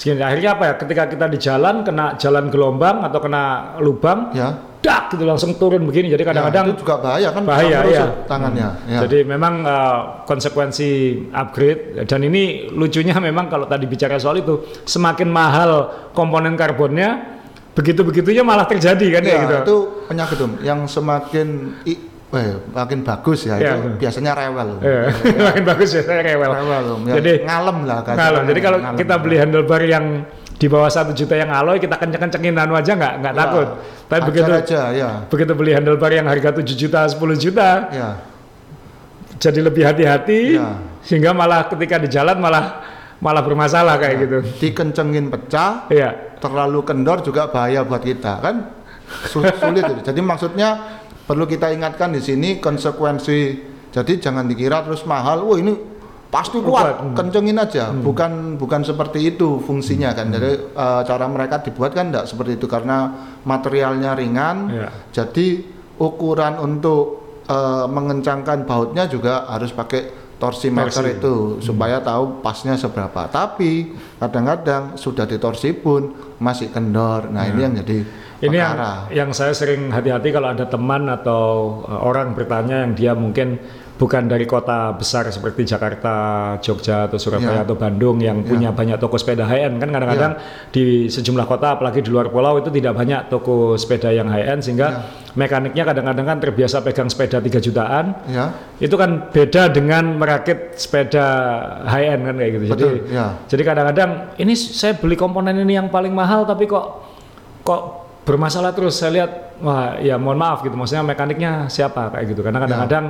Speaker 1: segini. Akhirnya apa ya? Ketika kita di jalan kena jalan gelombang atau kena lubang,
Speaker 2: Ya.
Speaker 1: dak gitu langsung turun begini. Jadi kadang-kadang
Speaker 2: ya, itu juga bahaya kan,
Speaker 1: bahaya ya
Speaker 2: tangannya.
Speaker 1: Hmm.
Speaker 2: Ya.
Speaker 1: Jadi memang uh, konsekuensi upgrade, dan ini lucunya memang kalau tadi bicara soal itu, semakin mahal komponen karbonnya, begitu-begitunya malah terjadi kan ya,
Speaker 2: ya
Speaker 1: gitu.
Speaker 2: Itu penyakit Om, yang semakin i, eh, makin bagus ya,
Speaker 1: ya
Speaker 2: itu biasanya rewel.
Speaker 1: Ya.
Speaker 2: Ya.
Speaker 1: Makin bagus ya, saya rewel.
Speaker 2: Rewel Om. Ya,
Speaker 1: Jadi
Speaker 2: ngalem lah kan.
Speaker 1: ngalem. Jadi kalau
Speaker 2: ngalem.
Speaker 1: kita beli handlebar yang di bawah satu juta yang alloy, kita kenceng-kencengin anu aja nggak nggak
Speaker 2: Ya,
Speaker 1: takut. Tapi begitu
Speaker 2: aja, ya.
Speaker 1: begitu beli handlebar yang harga tujuh juta, sepuluh juta,
Speaker 2: Ya.
Speaker 1: jadi lebih hati-hati,
Speaker 2: Ya.
Speaker 1: sehingga malah ketika di jalan malah malah bermasalah kayak
Speaker 2: Ya.
Speaker 1: gitu.
Speaker 2: Dikencengin pecah,
Speaker 1: Iya.
Speaker 2: terlalu kendor juga bahaya buat kita kan, sulit itu. Jadi maksudnya perlu kita ingatkan di sini konsekuensi. Jadi jangan dikira terus mahal, wah ini pasti kuat,
Speaker 1: Hmm.
Speaker 2: kencengin aja. Hmm. Bukan bukan seperti itu fungsinya kan. Jadi uh, cara mereka dibuat kan tidak seperti itu, karena materialnya ringan.
Speaker 1: Iya.
Speaker 2: Jadi ukuran untuk uh, mengencangkan bautnya juga harus pakai torsi meter
Speaker 1: Torsi.
Speaker 2: itu supaya tahu pasnya seberapa. Tapi kadang-kadang sudah ditorsi pun masih kendor. Nah,
Speaker 1: Ya.
Speaker 2: ini yang jadi
Speaker 1: Ini yang,
Speaker 2: perkara.
Speaker 1: yang saya sering hati-hati kalau ada teman atau uh, orang bertanya yang dia mungkin bukan dari kota besar seperti Jakarta, Jogja atau Surabaya
Speaker 2: Ya.
Speaker 1: atau Bandung yang
Speaker 2: Ya.
Speaker 1: punya banyak toko sepeda high-end. Kan kadang-kadang di sejumlah kota apalagi di luar pulau itu tidak banyak toko sepeda yang high-end, sehingga
Speaker 2: Ya.
Speaker 1: mekaniknya kadang-kadang kan terbiasa pegang sepeda tiga jutaan.
Speaker 2: Ya,
Speaker 1: Itu kan beda dengan merakit sepeda high-end kan kayak gitu. Jadi
Speaker 2: betul. Ya.
Speaker 1: jadi kadang-kadang ini saya beli komponen ini yang paling mahal tapi kok kok bermasalah terus. Saya lihat, wah ya mohon maaf gitu, maksudnya mekaniknya siapa kayak gitu. Karena kadang-kadang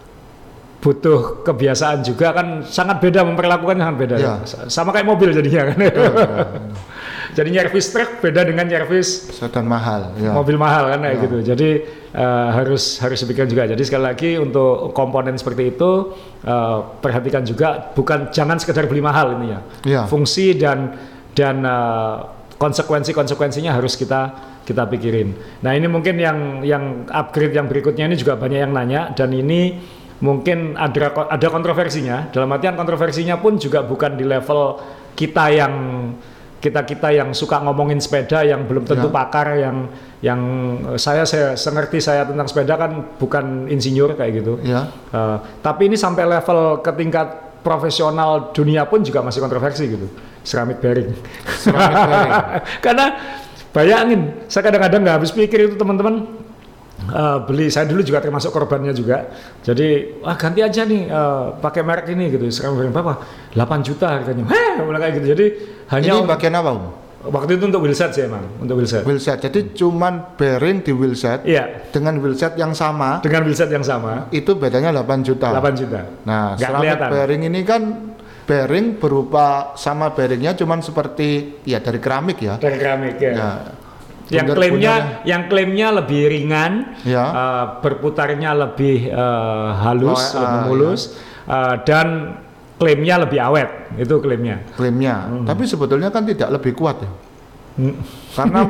Speaker 1: butuh kebiasaan juga kan, sangat beda memperlakukan, sangat beda.
Speaker 2: Ya.
Speaker 1: Sama kayak mobil jadinya kan.
Speaker 2: Betul, ya.
Speaker 1: Jadi nyervis truk beda dengan nyervis
Speaker 2: Sedan mahal. Ya.
Speaker 1: mobil mahal kan kayak
Speaker 2: Ya.
Speaker 1: gitu. Jadi uh, harus harus dipikirkan juga. Jadi sekali lagi untuk komponen seperti itu uh, perhatikan juga, bukan jangan sekedar beli mahal ini ya.
Speaker 2: Ya.
Speaker 1: Fungsi dan dan uh, konsekuensi-konsekuensinya harus kita kita pikirin. Nah, ini mungkin yang yang upgrade yang berikutnya ini juga banyak yang nanya, dan ini mungkin ada ada kontroversinya. Dalam artian kontroversinya pun juga bukan di level kita yang kita kita yang suka ngomongin sepeda, yang belum tentu
Speaker 2: Ya.
Speaker 1: pakar, yang yang saya saya sengerti saya tentang sepeda kan bukan insinyur kayak gitu.
Speaker 2: Ya.
Speaker 1: Uh, tapi ini sampai level ke tingkat profesional dunia pun juga masih kontroversi gitu. Ceramic bearing.
Speaker 2: Ceramic bearing.
Speaker 1: Karena bayangin, saya kadang-kadang nggak habis pikir itu teman-teman. Uh, beli, saya dulu juga termasuk korbannya juga. Jadi, wah ganti aja nih uh, pakai merek ini gitu. Sekarang bearing berapa? delapan juta harganya. Heh, mulai kayak gitu. Jadi hanya
Speaker 2: Ini bagian apa, Om?
Speaker 1: waktu itu untuk wheelset sih emang, untuk wheelset.
Speaker 2: Wheelset. Jadi cuman bearing di wheelset
Speaker 1: Iya,
Speaker 2: dengan wheelset yang sama,
Speaker 1: dengan wheelset yang sama,
Speaker 2: itu bedanya delapan juta.
Speaker 1: delapan juta.
Speaker 2: Nah,
Speaker 1: Nggak
Speaker 2: ceramic
Speaker 1: kelihatan.
Speaker 2: bearing ini kan bearing berupa sama bearingnya cuman seperti ya dari keramik ya.
Speaker 1: Dari keramik ya.
Speaker 2: Ya.
Speaker 1: Yang
Speaker 2: Bundar-
Speaker 1: klaimnya,
Speaker 2: bundarnya-
Speaker 1: yang klaimnya lebih ringan,
Speaker 2: Ya.
Speaker 1: uh, berputarnya lebih uh, halus,
Speaker 2: Oh,
Speaker 1: lebih
Speaker 2: ah,
Speaker 1: mulus, uh, dan klaimnya lebih awet. Itu klaimnya.
Speaker 2: klaimnya. Tapi sebetulnya kan tidak lebih kuat ya.
Speaker 1: Hmm.
Speaker 2: Karena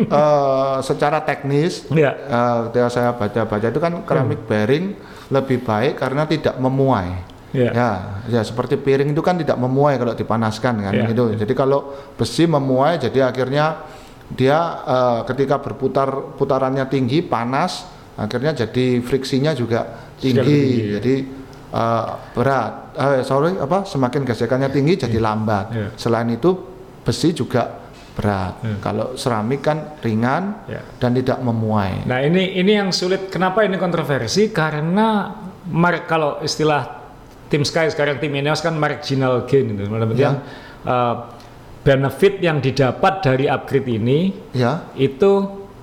Speaker 2: eh, secara teknis
Speaker 1: Ya.
Speaker 2: eh, ketika saya baca-baca itu kan keramik bearing lebih baik karena tidak memuai.
Speaker 1: Ya.
Speaker 2: Ya, ya seperti piring itu kan tidak memuai kalau dipanaskan kan
Speaker 1: Ya.
Speaker 2: gitu. Jadi kalau besi memuai, jadi akhirnya dia eh, ketika berputar putarannya tinggi, panas, akhirnya jadi friksinya juga
Speaker 1: Sudah lebih
Speaker 2: tinggi.
Speaker 1: tinggi, ya.
Speaker 2: Jadi eh, berat. Eh, sorry apa? Semakin gesekannya tinggi jadi lambat.
Speaker 1: Ya.
Speaker 2: Selain itu besi juga berat.
Speaker 1: Ya.
Speaker 2: Kalau seramik kan ringan
Speaker 1: Ya.
Speaker 2: dan tidak memuai.
Speaker 1: Nah ini ini yang sulit. Kenapa ini kontroversi? Karena merek, kalau istilah tim Sky sekarang tim Ineos kan marginal gain itu. Dalam artian,
Speaker 2: Ya.
Speaker 1: uh, benefit yang didapat dari upgrade ini
Speaker 2: Ya,
Speaker 1: itu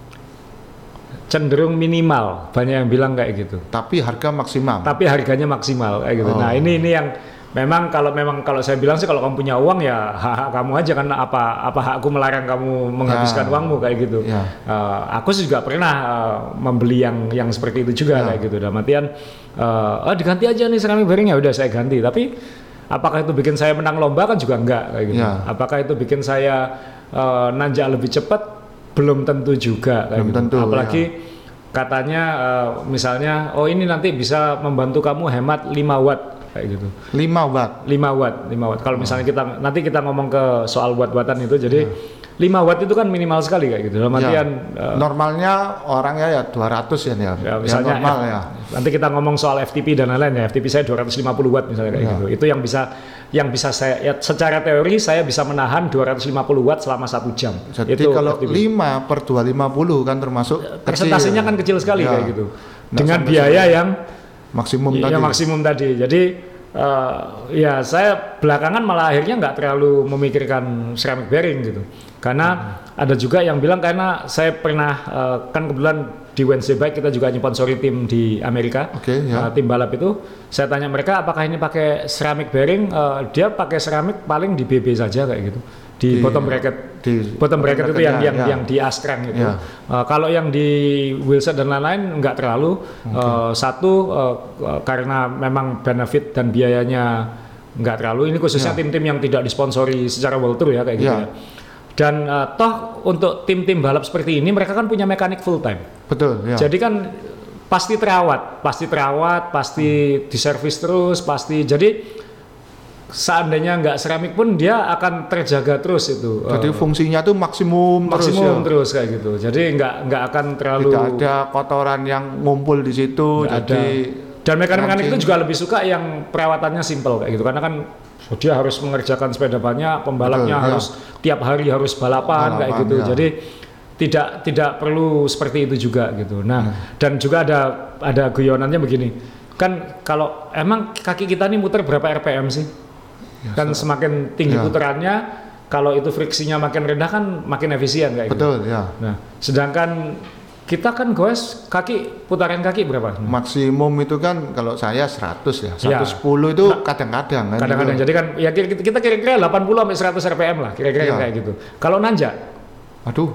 Speaker 1: cenderung minimal. Banyak yang bilang kayak gitu.
Speaker 2: tapi harga maksimum.
Speaker 1: Tapi harganya maksimal kayak gitu.
Speaker 2: Oh.
Speaker 1: Nah ini ini yang memang kalau memang kalau saya bilang sih, kalau kamu punya uang ya hak-hak kamu aja, kan apa apa hakku melarang kamu menghabiskan
Speaker 2: Ya.
Speaker 1: uangmu kayak gitu.
Speaker 2: Ya.
Speaker 1: Uh, aku sih juga pernah uh, membeli yang yang seperti itu juga
Speaker 2: Ya.
Speaker 1: kayak gitu. Dalam artian uh, oh diganti aja nih ceramic bearing, ya udah saya ganti. Tapi apakah itu bikin saya menang lomba? Kan juga enggak kayak gitu.
Speaker 2: Ya.
Speaker 1: Apakah itu bikin saya uh, nanjak lebih cepat? Belum tentu juga kayak
Speaker 2: Belum
Speaker 1: gitu.
Speaker 2: tentu,
Speaker 1: Apalagi
Speaker 2: ya.
Speaker 1: katanya uh, misalnya oh ini nanti bisa membantu kamu hemat lima watt kayak gitu.
Speaker 2: lima watt.
Speaker 1: lima watt, lima watt. Kalau misalnya kita nanti kita ngomong ke soal watt-wattan itu, jadi ya. lima watt itu kan minimal sekali kayak gitu. Dalam artian
Speaker 2: ya. uh, normalnya orangnya ya dua ratus ya, ya.
Speaker 1: ya misalnya
Speaker 2: ya normal
Speaker 1: F,
Speaker 2: ya.
Speaker 1: Nanti kita ngomong soal F T P dan lain-lain ya. F T P saya dua ratus lima puluh watt misalnya kayak ya. gitu. Itu yang bisa yang bisa saya ya, secara teori saya bisa menahan dua ratus lima puluh watt selama satu jam.
Speaker 2: Jadi
Speaker 1: itu
Speaker 2: kalau
Speaker 1: F T P.
Speaker 2: lima per dua ratus lima puluh kan termasuk
Speaker 1: persentasenya kan kecil sekali ya. kayak gitu.
Speaker 2: Nggak
Speaker 1: dengan biaya yang
Speaker 2: maksimum
Speaker 1: ya,
Speaker 2: tadi.
Speaker 1: Yang maksimum tadi. Jadi uh, ya saya belakangan malah akhirnya nggak terlalu memikirkan ceramic bearing gitu. Karena hmm. ada juga yang bilang, karena saya pernah uh, kan kebetulan di Wednesday Bike kita juga nyponsori tim di Amerika,
Speaker 2: okay, ya.
Speaker 1: uh, tim balap itu. Saya tanya mereka apakah ini pakai ceramic bearing, uh, dia pakai ceramic paling di B B saja kayak gitu. Di, di bottom bracket, di bottom bracket itu yang yang, ya. yang di askrang itu. Ya. Uh, kalau yang di wheelset dan lain-lain nggak terlalu. Okay. Uh, satu uh, uh, karena memang benefit dan biayanya nggak terlalu. Ini khususnya ya. tim-tim yang tidak disponsori secara World Tour ya kayak gitu ya. ya. Dan uh, toh untuk tim-tim balap seperti ini mereka kan punya mekanik full time.
Speaker 2: Betul. Ya.
Speaker 1: Jadi kan pasti terawat, pasti terawat, pasti hmm. diservis terus, pasti. Jadi seandainya nggak seramik pun dia akan terjaga terus itu.
Speaker 2: Jadi uh, fungsinya tuh maksimum,
Speaker 1: maksimum
Speaker 2: terus,
Speaker 1: ya? terus kayak gitu. Jadi nggak nggak akan terlalu.
Speaker 2: Tidak ada kotoran yang ngumpul di situ. Jadi
Speaker 1: ada. Dan mekanik-mekanik itu juga lebih suka yang perawatannya simple kayak gitu, karena kan dia harus mengerjakan sepeda banyak, pembalapnya Betul, harus ya. tiap hari harus balapan, balapan kayak gitu. Ya. Jadi tidak tidak perlu seperti itu juga gitu. Nah, hmm. dan juga ada ada guyonannya begini. Kan kalau emang kaki kita nih muter berapa R P M sih? Ya, kan so. semakin tinggi ya. putarannya, kalau itu friksinya makin rendah kan makin efisien kayak
Speaker 2: Betul,
Speaker 1: gitu.
Speaker 2: ya.
Speaker 1: Nah, sedangkan kita kan goes kaki, putaran kaki berapa?
Speaker 2: Maksimum itu kan kalau saya seratus ya, seratus sepuluh ya. itu kadang-kadang kan.
Speaker 1: Kadang-kadang,
Speaker 2: gitu.
Speaker 1: jadi kan ya kita kira-kira delapan puluh sampai seratus R P M lah, kira-kira ya. kayak gitu. Kalau nanjak?
Speaker 2: Aduh.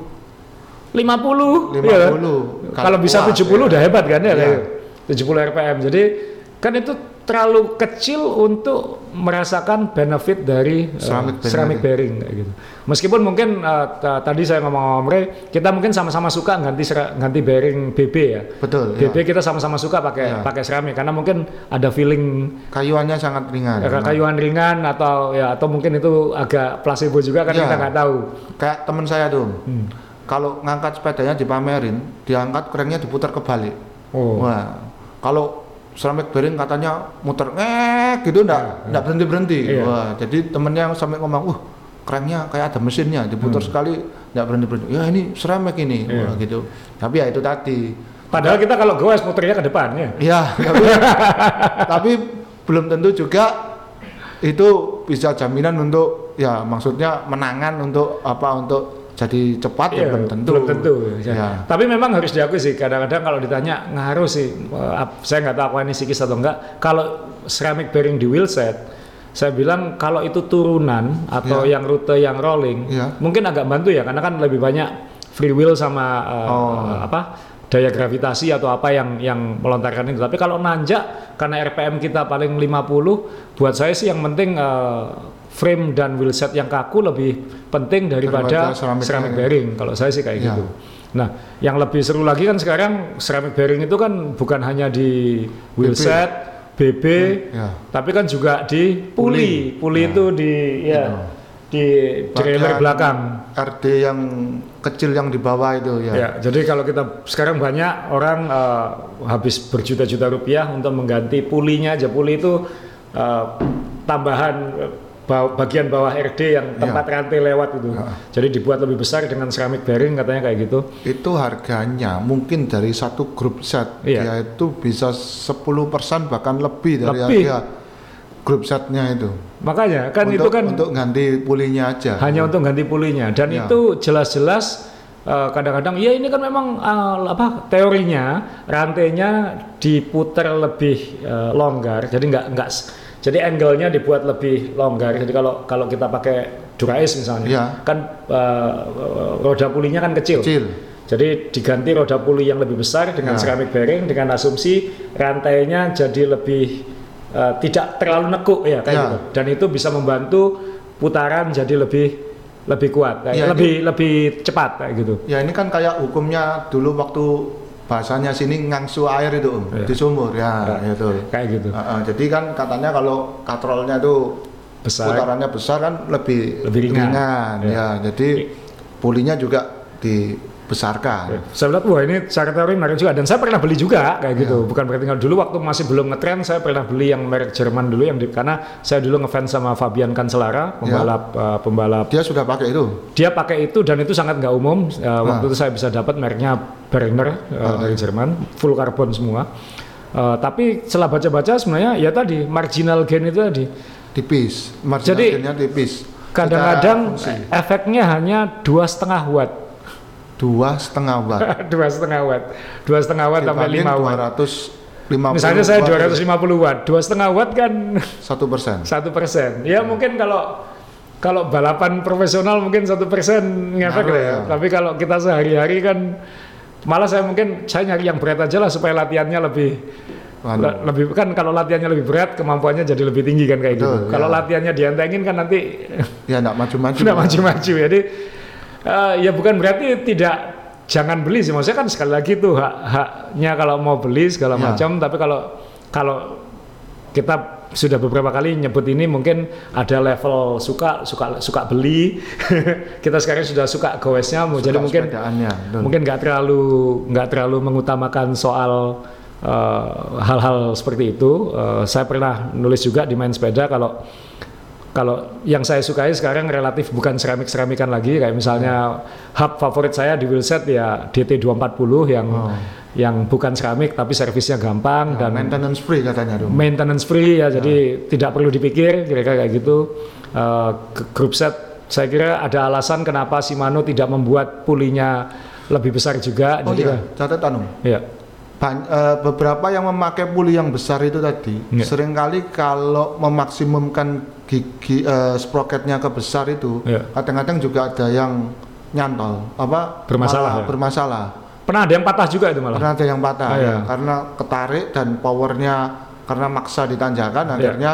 Speaker 1: lima puluh.
Speaker 2: lima puluh.
Speaker 1: Ya. Kalau bisa tujuh puluh ya. udah hebat kan ya, ya. tujuh puluh R P M. Jadi kan itu terlalu kecil untuk merasakan benefit dari ceramic, uh, ceramic bearing kayak gitu. Meskipun mungkin uh, t- tadi saya ngomong sama Om Ray, kita mungkin sama-sama suka ganti sera- ganti bearing B B ya.
Speaker 2: Betul.
Speaker 1: B B
Speaker 2: ya.
Speaker 1: kita sama-sama suka pakai ya. pakai ceramic karena mungkin ada feeling
Speaker 2: kayuannya sangat ringan.
Speaker 1: Ya, kayuan ringan atau ya atau mungkin itu agak placebo juga kan ya. kita nggak tahu.
Speaker 2: Kayak teman saya tuh. Hmm. Kalau ngangkat sepedanya dipamerin, diangkat kerennya diputar kebalik. Oh. Wah, kalau ceramic bearing katanya muter ngek gitu enggak enggak ya, ya. berhenti berhenti. Iya. Wah, jadi temennya sampai ngomong, "Uh, kerennya kayak ada mesinnya, diputar hmm. sekali enggak berhenti berhenti." Ya ini ceramic ini. Iya. Wah, gitu. Tapi ya itu tadi.
Speaker 1: Padahal kita kalau goes muternya ke depannya.
Speaker 2: Iya, tapi, tapi belum tentu juga itu bisa jaminan untuk ya maksudnya menangan untuk apa untuk jadi cepat iya, ya belum tentu.
Speaker 1: Belum tentu. Ya.
Speaker 2: Ya.
Speaker 1: Tapi memang harus diakui sih kadang-kadang kalau ditanya ngaruh sih. Uh, saya nggak tahu apa ini psikis atau enggak. Kalau ceramic bearing di wheelset, saya bilang kalau itu turunan atau ya. yang rute yang rolling, ya. mungkin agak bantu ya karena kan lebih banyak free wheel sama uh, oh. apa daya gravitasi atau apa yang yang melontarkan itu. Tapi kalau nanjak karena R P M kita paling lima puluh, buat saya sih yang penting uh, frame dan wheelset yang kaku lebih penting daripada, daripada ceramic bearing. Kalau saya sih kayak ya. gitu. Nah, yang lebih seru lagi kan sekarang ceramic bearing itu kan bukan hanya di wheelset, B B, ya. tapi kan juga di puli. Puli ya. itu di ya, ya. di trailer belakang.
Speaker 2: R D yang kecil yang di bawah itu ya.
Speaker 1: ya jadi kalau kita sekarang banyak orang uh, habis berjuta-juta rupiah untuk mengganti pulinya aja. Puli itu uh, tambahan bagian bawah R D yang tempat ya. rantai lewat itu. Ya. Jadi dibuat lebih besar dengan ceramic bearing katanya kayak gitu.
Speaker 2: Itu harganya mungkin dari satu grup set ya. yaitu bisa sepuluh persen bahkan lebih dari lebih. harga grup setnya itu.
Speaker 1: Makanya kan
Speaker 2: untuk,
Speaker 1: itu kan
Speaker 2: untuk ganti pulinya aja.
Speaker 1: Hanya untuk ganti pulinya dan ya. itu jelas-jelas uh, kadang-kadang ya ini kan memang uh, apa teorinya rantainya diputar lebih uh, longgar. Jadi nggak nggak Jadi angle-nya dibuat lebih longgar. Jadi kalau kalau kita pakai Dura-Ace misalnya, ya. kan uh, roda pulinya kan kecil.
Speaker 2: kecil.
Speaker 1: Jadi diganti roda puli yang lebih besar dengan ya. ceramic bearing dengan asumsi rantainya jadi lebih uh, tidak terlalu nekuk ya kayak ya. gitu. Dan itu bisa membantu putaran jadi lebih lebih kuat, kayak ya, lebih ini, lebih cepat kayak gitu.
Speaker 2: Ya ini kan kayak hukumnya dulu waktu bahasanya sini ngangsu air itu Om,
Speaker 1: ya.
Speaker 2: di sumur ya,
Speaker 1: ya.
Speaker 2: itu.
Speaker 1: Kayak gitu.
Speaker 2: Uh, uh, jadi kan katanya kalau katrolnya itu
Speaker 1: Besar.
Speaker 2: putarannya besar kan lebih,
Speaker 1: Lebih ringan.
Speaker 2: ringan ya. ya. Jadi pulinya juga dibesarkan.
Speaker 1: Ya. Saya lihat wah ini secara teori menarik juga dan saya pernah beli juga kayak gitu.
Speaker 2: Ya.
Speaker 1: Bukan berarti dulu waktu masih belum ngetren saya pernah beli yang merek Jerman dulu yang di, karena saya dulu ngefans sama Fabian Cancellara pembalap ya. uh, pembalap.
Speaker 2: Dia sudah pakai itu.
Speaker 1: Dia pakai itu dan itu sangat nggak umum. Uh, nah. Waktu itu saya bisa dapat mereknya Berner uh, nah. dari Jerman, full karbon semua. Uh, tapi setelah baca-baca sebenarnya ya tadi marginal gain itu tadi
Speaker 2: tipis, marginal
Speaker 1: jadi
Speaker 2: gainnya tipis.
Speaker 1: Kadang-kadang efeknya hanya dua setengah watt.
Speaker 2: Dua setengah watt.
Speaker 1: Dua setengah watt. Dua setengah watt sampai lima watt.
Speaker 2: dua ratus lima puluh
Speaker 1: Misalnya saya dua ratus lima puluh watt, dua setengah watt kan
Speaker 2: satu persen.
Speaker 1: Satu persen. Ya mungkin kalau kalau balapan profesional mungkin satu persen ngefek lah ya. Tapi kalau kita sehari-hari kan malah saya mungkin saya nyari yang berat aja lah supaya latihannya lebih Le- lebih kan kalau latihannya lebih berat kemampuannya jadi lebih tinggi kan kayak Betul, gitu. Ya. Kalau latihannya dientengin kan nanti
Speaker 2: ya enggak maju-maju.
Speaker 1: Enggak ya. maju-maju. Jadi uh, ya bukan berarti tidak jangan beli sih. Maksudnya kan sekali lagi tuh hak-haknya kalau mau beli segala ya. macam, tapi kalau kalau kita sudah beberapa kali nyebut ini mungkin ada level suka suka suka beli. Kita sekarang sudah suka goesnya, jadi mungkin mungkin nggak terlalu nggak terlalu mengutamakan soal Uh, hal-hal seperti itu. Uh, saya pernah nulis juga di Main Sepeda kalau kalau yang saya sukai sekarang relatif bukan seramik-seramikan lagi, kayak misalnya hub favorit saya di wheelset ya D T dua empat nol yang oh. yang bukan seramik tapi servisnya gampang nah, dan
Speaker 2: maintenance free katanya dong.
Speaker 1: Maintenance free ya, nah. jadi tidak perlu dipikir kira-kira kayak gitu. Uh, group set saya kira ada alasan kenapa Shimano tidak membuat pulinya lebih besar juga.
Speaker 2: Oh
Speaker 1: jadi
Speaker 2: iya, catatan Om.
Speaker 1: Iya.
Speaker 2: Ban, uh, beberapa yang memakai puli yang besar itu tadi yeah. seringkali kalau memaksimumkan gigi uh, sprocketnya ke besar itu yeah. kadang-kadang juga ada yang nyantol apa
Speaker 1: bermasalah ya?
Speaker 2: bermasalah
Speaker 1: pernah ada yang patah juga itu malah
Speaker 2: pernah ada yang patah
Speaker 1: ah,
Speaker 2: ya.
Speaker 1: ya.
Speaker 2: Karena ketarik dan powernya karena maksa ditanjakan yeah. akhirnya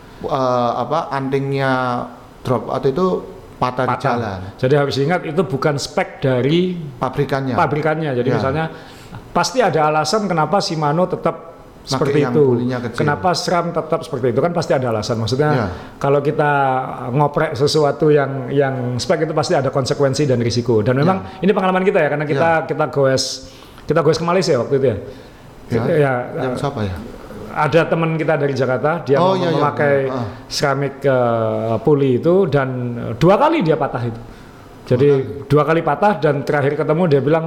Speaker 2: uh, apa antingnya drop atau itu patah, patah di jalan.
Speaker 1: Jadi harus ingat itu bukan spek dari
Speaker 2: pabrikannya
Speaker 1: pabrikannya jadi yeah. misalnya pasti ada alasan kenapa Shimano tetap Maki seperti itu. Kenapa SRAM tetap seperti itu kan pasti ada alasan. Maksudnya ya. Kalau kita ngoprek sesuatu yang yang spek itu pasti ada konsekuensi dan risiko. Dan memang ya. Ini pengalaman kita ya karena kita ya. kita goes kita goes ke Malaysia waktu itu ya.
Speaker 2: Ya.
Speaker 1: ya
Speaker 2: yang siapa ya?
Speaker 1: Ada teman kita dari Jakarta dia oh, iya, memakai iya. Ah. keramik uh, puli itu dan dua kali dia patah itu. Jadi dua kali, dua kali patah dan terakhir ketemu dia bilang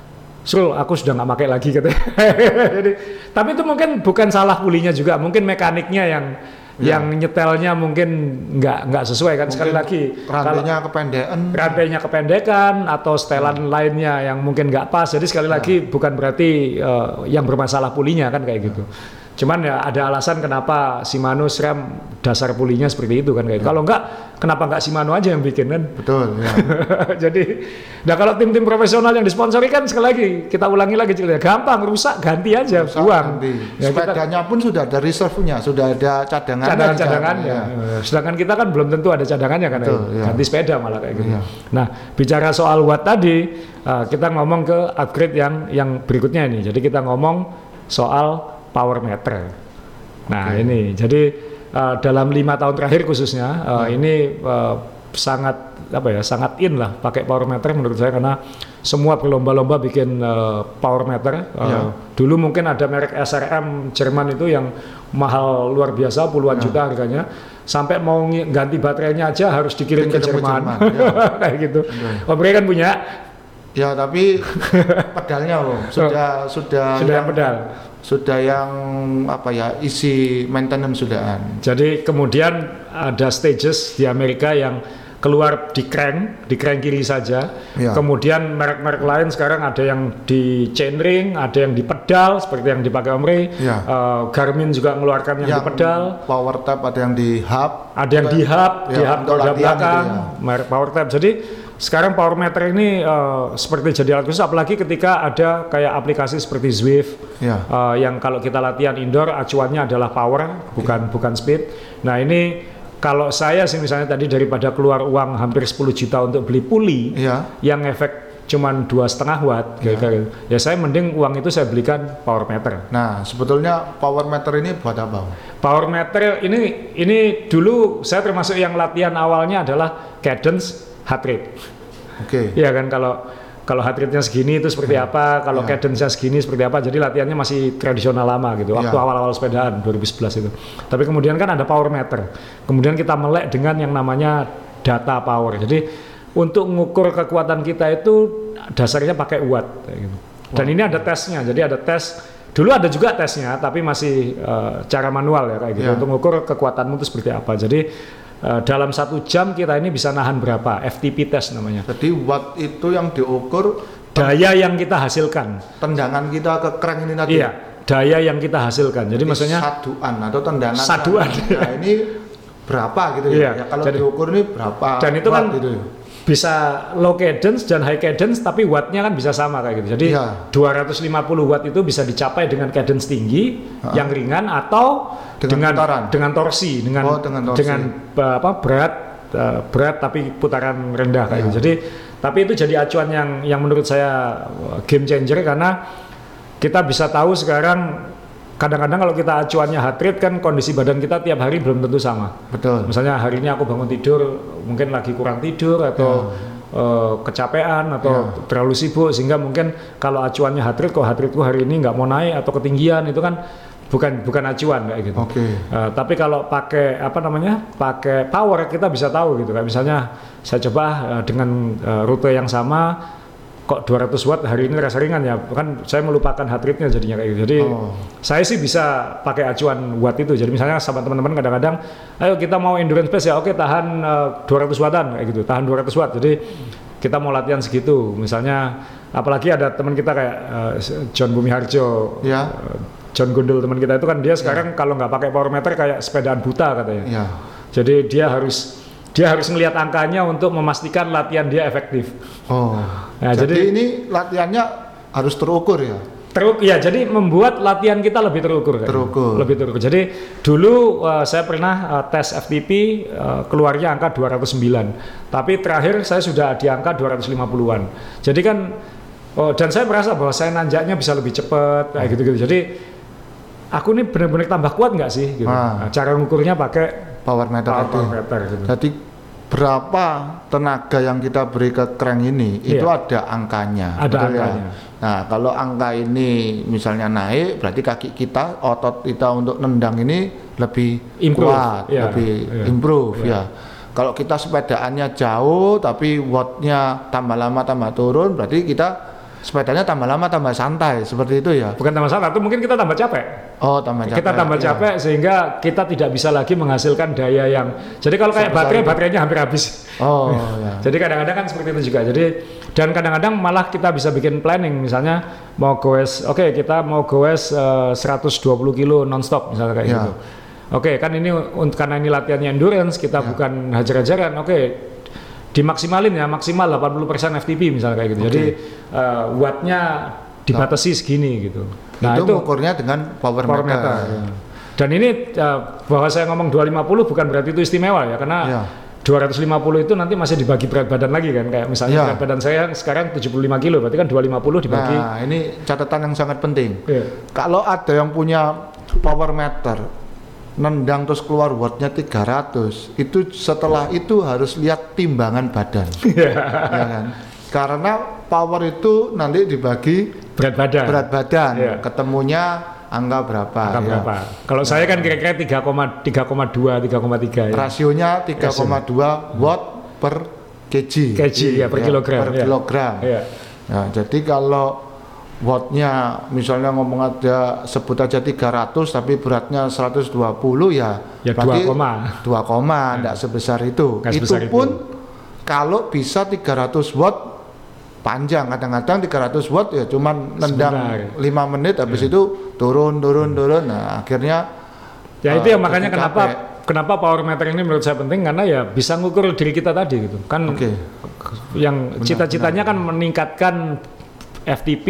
Speaker 1: Sul, aku sudah nggak pakai lagi katanya. Jadi, tapi itu mungkin bukan salah pulinya juga, mungkin mekaniknya yang ya. yang nyetelnya mungkin nggak nggak sesuai kan. Mungkin sekali lagi
Speaker 2: rantainya kependekan,
Speaker 1: rantainya kependekan atau setelan hmm. lainnya yang mungkin nggak pas. Jadi sekali ya. lagi bukan berarti uh, yang bermasalah pulinya kan kayak gitu. Ya. Cuman ya ada alasan kenapa Shimano SRAM dasar pulinya seperti itu kan kayak. Ya. Kalau enggak, kenapa enggak Shimano aja yang bikin kan?
Speaker 2: Betul. Ya.
Speaker 1: Jadi, nah kalau tim-tim profesional yang disponsori kan sekali lagi kita ulangi lagi ceritanya, gampang rusak ganti aja, rusak, buang.
Speaker 2: Ganti. Ya, sepedanya kita, pun sudah ada reserve-nya, sudah ada cadangannya.
Speaker 1: Cadangan-cadangannya. Ya. Sedangkan kita kan belum tentu ada cadangannya kan, Betul, ya. ganti sepeda malah kayak gitu. Ya. Nah, bicara soal watt tadi, uh, kita ngomong ke upgrade yang yang berikutnya ini. Jadi kita ngomong soal power meter. Nah okay. ini jadi uh, dalam lima tahun terakhir khususnya uh, hmm. ini uh, sangat apa ya sangat in lah pakai power meter menurut saya karena semua berlomba-lomba bikin uh, power meter. Uh, yeah. Dulu mungkin ada merek S R M Jerman itu yang mahal luar biasa puluhan yeah. juta harganya. Sampai mau ganti baterainya aja harus dikirim, dikirim ke Jerman, ke Jerman. Ya. Kayak gitu. Okay. Om Bre kan punya.
Speaker 2: Ya tapi pedalnya loh sudah oh, sudah
Speaker 1: sudah yang pedal.
Speaker 2: Sudah yang apa ya isi maintenance sudahan.
Speaker 1: Jadi kemudian ada stages di Amerika yang keluar di crank, di crank kiri saja. Ya. Kemudian merek-merek lain sekarang ada yang di chainring, ada yang di pedal seperti yang dipakai Om Ray. Ya. Uh, Garmin juga mengeluarkan yang, yang di pedal.
Speaker 2: Power tab ada yang di hub.
Speaker 1: Ada yang di hub, ya, di hub roda belakang, gitu ya. Merek power tab. Jadi sekarang power meter ini uh, seperti jadi alat khusus, apalagi ketika ada kayak aplikasi seperti Zwift ya. uh, yang kalau kita latihan indoor acuannya adalah power bukan ya. bukan speed. Nah ini kalau saya sih misalnya tadi daripada keluar uang hampir sepuluh juta untuk beli puli ya. yang efek cuman dua setengah watt,
Speaker 2: Ya.
Speaker 1: kira-kira. Ya saya mending uang itu saya belikan power meter.
Speaker 2: Nah, sebetulnya power meter ini buat apa?
Speaker 1: Power meter ini ini dulu saya termasuk yang latihan awalnya adalah cadence heart rate.
Speaker 2: Oke.
Speaker 1: Iya kan, kalau kalau heart rate-nya segini itu seperti
Speaker 2: Ya.
Speaker 1: apa, kalau
Speaker 2: Ya.
Speaker 1: cadence-nya segini seperti apa. Jadi latihannya masih tradisional lama gitu. Waktu
Speaker 2: Ya.
Speaker 1: awal-awal sepedaan dua ribu sebelas itu. Tapi kemudian kan ada power meter. Kemudian kita melek dengan yang namanya data power. Jadi untuk mengukur kekuatan kita itu dasarnya pakai watt kayak gitu. Dan ini ada tesnya. Jadi ada tes. Dulu ada juga tesnya, tapi masih uh, cara manual ya kayak gitu.
Speaker 2: Ya.
Speaker 1: Untuk mengukur kekuatanmu itu seperti apa. Jadi uh, dalam satu jam kita ini bisa nahan berapa? F T P test namanya.
Speaker 2: Jadi watt itu yang diukur
Speaker 1: Daya yang kita hasilkan.
Speaker 2: tendangan kita ke crank ini tadi.
Speaker 1: Iya, daya yang kita hasilkan. Jadi,
Speaker 2: Jadi
Speaker 1: maksudnya
Speaker 2: saduan atau tendangan.
Speaker 1: Saduan.
Speaker 2: Nah, ini berapa gitu
Speaker 1: Iya,
Speaker 2: ya? Ya kalau
Speaker 1: jadi-
Speaker 2: diukur ini berapa?
Speaker 1: dan itu
Speaker 2: watt
Speaker 1: kan
Speaker 2: gitu.
Speaker 1: bisa low cadence dan high cadence, tapi wattnya kan bisa sama kayak gitu. Jadi
Speaker 2: Iya.
Speaker 1: dua ratus lima puluh watt itu bisa dicapai dengan cadence tinggi
Speaker 2: Ha-ha.
Speaker 1: yang ringan atau
Speaker 2: Dengan
Speaker 1: dengan
Speaker 2: putaran?
Speaker 1: dengan torsi, dengan
Speaker 2: Oh, dengan torsi.
Speaker 1: dengan uh, apa berat uh, berat tapi putaran rendah kayak
Speaker 2: Iya.
Speaker 1: gitu. Jadi tapi itu jadi acuan yang yang menurut saya uh, game changer karena kita bisa tahu sekarang. Kadang-kadang kalau kita acuannya heart rate kan kondisi badan kita tiap hari belum tentu sama.
Speaker 2: Betul.
Speaker 1: Misalnya hari ini aku bangun tidur mungkin lagi kurang tidur atau eh, kecapean atau
Speaker 2: Ya.
Speaker 1: terlalu sibuk sehingga mungkin kalau acuannya heart rate kok heart rateku hari ini nggak mau naik atau ketinggian itu kan bukan bukan acuan kayak gitu.
Speaker 2: Oke.
Speaker 1: Eh, tapi kalau pakai apa namanya pakai power kita bisa tahu gitu kayak misalnya saya coba eh, dengan eh, rute yang sama kok dua ratus watt hari ini rasa ringan ya kan saya melupakan heart rate-nya jadinya kayak gitu. Jadi
Speaker 2: Oh.
Speaker 1: saya sih bisa pakai acuan watt itu. Jadi misalnya sama teman-teman kadang-kadang ayo kita mau endurance pace ya oke tahan uh, dua ratus wattan kayak gitu. Tahan dua ratus watt. Jadi kita mau latihan segitu. Misalnya apalagi ada teman kita kayak uh, John Bumiharjo,
Speaker 2: Ya.
Speaker 1: uh, John Gundul teman kita itu kan dia sekarang kalau nggak pakai power meter kayak sepedaan buta katanya.
Speaker 2: Ya.
Speaker 1: Jadi dia harus dia harus melihat angkanya untuk memastikan latihan dia efektif.
Speaker 2: Oh.
Speaker 1: Nah,
Speaker 2: jadi,
Speaker 1: jadi-
Speaker 2: ini latihannya harus terukur ya.
Speaker 1: Teruk, ya jadi membuat latihan kita lebih terukur. kan?
Speaker 2: Terukur.
Speaker 1: Lebih terukur. Jadi dulu uh, saya pernah uh, tes F T P uh, keluarnya angka dua ratus sembilan. Tapi terakhir saya sudah di angka dua ratus lima puluhan. Jadi kan oh, dan saya merasa bahwa saya nanjaknya bisa lebih cepat kayak gitu-gitu. Jadi aku ini benar-benar tambah kuat nggak sih gitu.
Speaker 2: Ah.
Speaker 1: Nah, cara ngukurnya pakai
Speaker 2: Power meter
Speaker 1: power
Speaker 2: tadi.
Speaker 1: meter gitu.
Speaker 2: Jadi berapa tenaga yang kita beri ke crank ini itu
Speaker 1: Iya.
Speaker 2: ada angkanya.
Speaker 1: Ada
Speaker 2: betul ya?
Speaker 1: angkanya.
Speaker 2: Nah, kalau angka ini misalnya naik, berarti kaki kita, otot kita untuk nendang ini lebih
Speaker 1: Improve,
Speaker 2: kuat,
Speaker 1: iya,
Speaker 2: lebih
Speaker 1: iya,
Speaker 2: improve
Speaker 1: iya.
Speaker 2: ya. Kalau kita sepedaannya jauh tapi wattnya tambah lama tambah turun, berarti kita sepedanya tambah lama tambah santai, seperti itu ya.
Speaker 1: Bukan tambah salah, atau mungkin kita tambah capek.
Speaker 2: Oh, tambah capek.
Speaker 1: Kita tambah
Speaker 2: ya.
Speaker 1: capek sehingga kita tidak bisa lagi menghasilkan daya yang. Jadi kalau kayak
Speaker 2: Sebesar
Speaker 1: baterai,
Speaker 2: itu.
Speaker 1: baterainya hampir habis.
Speaker 2: Oh, ya.
Speaker 1: Jadi kadang-kadang kan seperti itu juga. Jadi dan kadang-kadang malah kita bisa bikin planning, misalnya mau goes, oke kita mau goes uh, seratus dua puluh kilo nonstop misalnya kayak
Speaker 2: Ya.
Speaker 1: gitu. Oke kan ini un- karena ini latihannya endurance, kita
Speaker 2: Ya.
Speaker 1: bukan hajar-hajaran. Oke dimaksimalin ya, maksimal delapan puluh persen F T P misalnya kayak gitu.
Speaker 2: Oke.
Speaker 1: Jadi uh, wattnya dibatasi segini gitu. Nah
Speaker 2: itu,
Speaker 1: itu
Speaker 2: mengukurnya dengan power,
Speaker 1: power
Speaker 2: meter.
Speaker 1: meter. Ya. Dan ini uh, bahwa saya ngomong dua ratus lima puluh bukan berarti itu istimewa ya, karena
Speaker 2: Ya.
Speaker 1: dua ratus lima puluh itu nanti masih dibagi berat badan lagi kan, kayak misalnya
Speaker 2: Ya.
Speaker 1: berat badan saya sekarang tujuh puluh lima kilo, berarti kan dua ratus lima puluh dibagi.
Speaker 2: Nah, ini catatan yang sangat penting.
Speaker 1: Iya.
Speaker 2: Kalau ada yang punya power meter nendang terus keluar wattnya tiga ratus, itu setelah itu harus lihat timbangan badan. Ya kan? Karena power itu nanti dibagi
Speaker 1: Berat badan.
Speaker 2: berat badan,
Speaker 1: Iya.
Speaker 2: ketemunya angka berapa.
Speaker 1: Angka
Speaker 2: ya.
Speaker 1: berapa? Kalau saya kan kira-kira tiga koma dua, tiga koma tiga ya.
Speaker 2: Rasionya tiga koma dua watt per kg.
Speaker 1: Kg, ya, per kilogram,
Speaker 2: Per
Speaker 1: ya.
Speaker 2: kilogram.
Speaker 1: Iya.
Speaker 2: Nah, jadi kalau wattnya misalnya ngomong ada sebut aja tiga ratus tapi beratnya seratus dua puluh ya,
Speaker 1: Ya,
Speaker 2: berarti
Speaker 1: dua koma.
Speaker 2: dua koma, enggak sebesar itu.
Speaker 1: Nggak
Speaker 2: Itu
Speaker 1: sebesar itu.
Speaker 2: pun kalau bisa tiga ratus watt panjang, kadang-kadang tiga ratus watt ya cuman nendang
Speaker 1: Sebentar.
Speaker 2: lima menit habis itu turun turun turun. Nah, akhirnya
Speaker 1: Ya itu
Speaker 2: eh,
Speaker 1: ya makanya
Speaker 2: jadi
Speaker 1: kenapa
Speaker 2: capek.
Speaker 1: kenapa power meter ini menurut saya penting, karena ya bisa ngukur diri kita tadi gitu. Kan
Speaker 2: Oke.
Speaker 1: yang cita-citanya kan meningkatkan F T P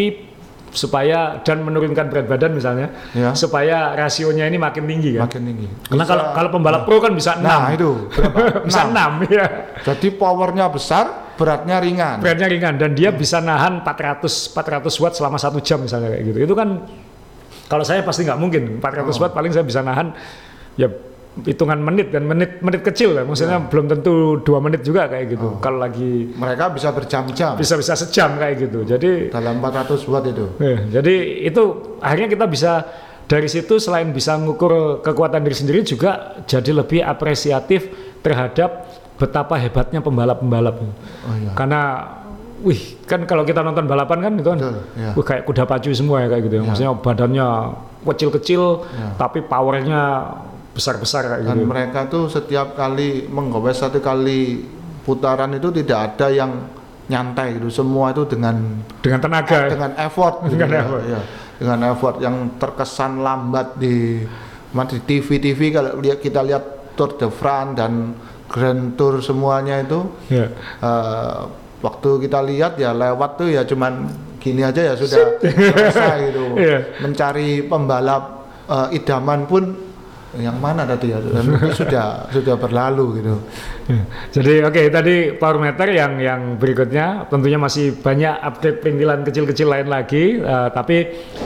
Speaker 1: supaya dan menurunkan berat badan misalnya,
Speaker 2: Ya.
Speaker 1: supaya rasionya ini makin tinggi kan.
Speaker 2: Makin tinggi.
Speaker 1: Karena kalau
Speaker 2: Bisa-
Speaker 1: kalau pembalap pro kan bisa enam.
Speaker 2: Nah, itu berapa?
Speaker 1: bisa
Speaker 2: enam.
Speaker 1: enam ya.
Speaker 2: Jadi powernya besar beratnya ringan.
Speaker 1: Beratnya ringan dan dia bisa nahan empat ratus watt selama satu jam misalnya kayak gitu. Itu kan kalau saya pasti nggak mungkin. empat ratus watt paling saya bisa nahan ya hitungan menit dan menit menit kecil kan. Maksudnya ya. Belum tentu dua menit juga kayak gitu. Oh. Kalau lagi
Speaker 2: mereka bisa berjam-jam.
Speaker 1: Bisa-bisa sejam kayak gitu. Jadi
Speaker 2: dalam empat ratus watt itu.
Speaker 1: Ya, jadi itu akhirnya kita bisa dari situ selain bisa mengukur kekuatan diri sendiri juga jadi lebih apresiatif terhadap betapa hebatnya pembalap-pembalap. Oh, iya. Karena wih, kan kalau kita nonton balapan kan itu kan Betul, ya. Wih, kayak kuda pacu semua ya kayak gitu ya. Maksudnya badannya kecil-kecil ya. Tapi powernya besar-besar kayak
Speaker 2: Dan
Speaker 1: gitu.
Speaker 2: Dan mereka tuh setiap kali menggowes satu kali putaran itu tidak ada yang nyantai gitu. Semua itu dengan
Speaker 1: dengan tenaga,
Speaker 2: dengan effort gitu
Speaker 1: dengan
Speaker 2: ya.
Speaker 1: effort.
Speaker 2: Ya. Dengan effort yang terkesan lambat di di T V T V kalau lihat kita lihat Tour de France dan Grand Tour semuanya itu yeah. uh, waktu kita lihat ya lewat tuh ya cuman gini aja ya sudah selesai gitu. Yeah. Mencari pembalap uh, idaman pun yang mana tadi ya dan sudah sudah berlalu gitu.
Speaker 1: Jadi oke okay, tadi power meter yang yang berikutnya tentunya masih banyak update perintilan kecil-kecil lain lagi uh, tapi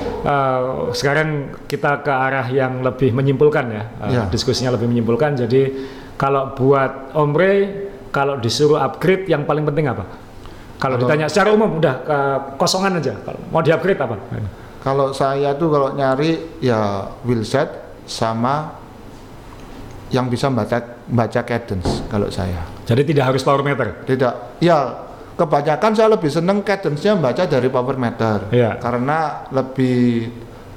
Speaker 1: uh, sekarang kita ke arah yang lebih menyimpulkan ya, uh, ya. Diskusinya lebih menyimpulkan. Jadi kalau buat Om Rey kalau disuruh upgrade yang paling penting apa? Kalau ditanya secara umum udah uh, kosongan aja. Kalau mau di-upgrade apa?
Speaker 2: Kalau saya tuh kalau nyari ya wheelset sama yang bisa baca baca cadence kalau saya.
Speaker 1: Jadi tidak harus power meter.
Speaker 2: Tidak. Ya, kebanyakan saya lebih seneng cadence-nya baca dari power meter. Ya. Karena lebih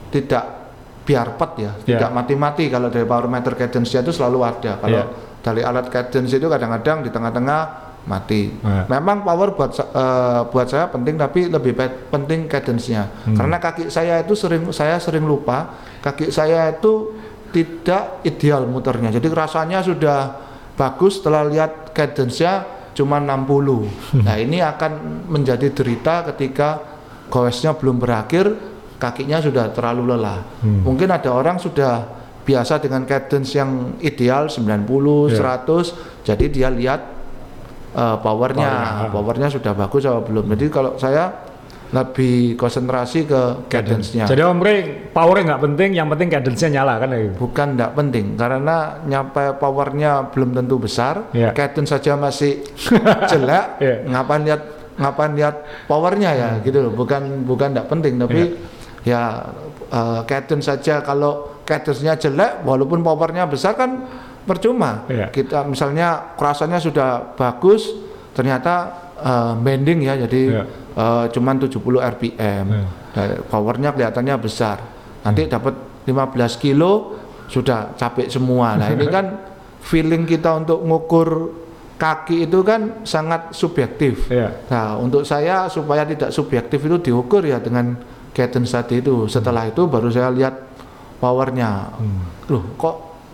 Speaker 2: tidak biarpet ya, ya. Tidak mati-mati kalau dari power meter cadence-nya itu selalu ada. Kalau ya. Dari alat cadence itu kadang-kadang di tengah-tengah mati. Ya. Memang power buat uh, buat saya penting tapi lebih penting cadence-nya. Hmm. Karena kaki saya itu sering saya sering lupa, kaki saya itu tidak ideal muternya. Jadi rasanya sudah bagus setelah lihat cadence-nya cuma enam puluh. Hmm. Nah, ini akan menjadi derita ketika goesnya belum berakhir, kakinya sudah terlalu lelah. Hmm. Mungkin ada orang sudah biasa dengan cadence yang ideal sembilan puluh, yeah. seratus, jadi dia lihat uh, powernya, oh, powernya sudah bagus atau belum. Jadi kalau saya lebih konsentrasi ke cadence-nya.
Speaker 1: Jadi Om Rey powernya nggak penting, yang penting cadence-nya nyala kan? Ya?
Speaker 2: Bukan nggak penting, karena nyampe powernya belum tentu besar, yeah. cadence saja masih jelek, yeah. ngapain lihat ngapain lihat powernya ya, hmm. gitu loh. Bukan bukan nggak penting, tapi yeah. ya uh, cadence saja kalau cadence-nya jelek, walaupun powernya besar kan percuma. Yeah. Kita misalnya kerasannya sudah bagus, ternyata uh, bending ya, jadi yeah. Uh, cuman tujuh puluh R P M, yeah. powernya kelihatannya besar. Nanti hmm. dapat lima belas kilo sudah capek semua. Nah ini kan feeling kita untuk ngukur kaki itu kan sangat subjektif. Yeah. Nah untuk saya supaya tidak subjektif itu diukur ya dengan cadence tadi itu. Setelah itu baru saya lihat powernya. Hmm. Loh kok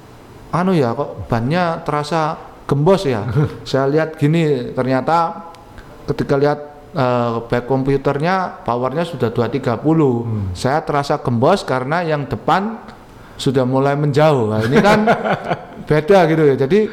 Speaker 2: anu ya kok bannya terasa gembos ya. Saya lihat gini ternyata ketika lihat Uh, back komputernya powernya sudah dua ratus tiga puluh. Hmm. Saya terasa gembos karena yang depan sudah mulai menjauh. Nah, ini kan beda gitu ya. Jadi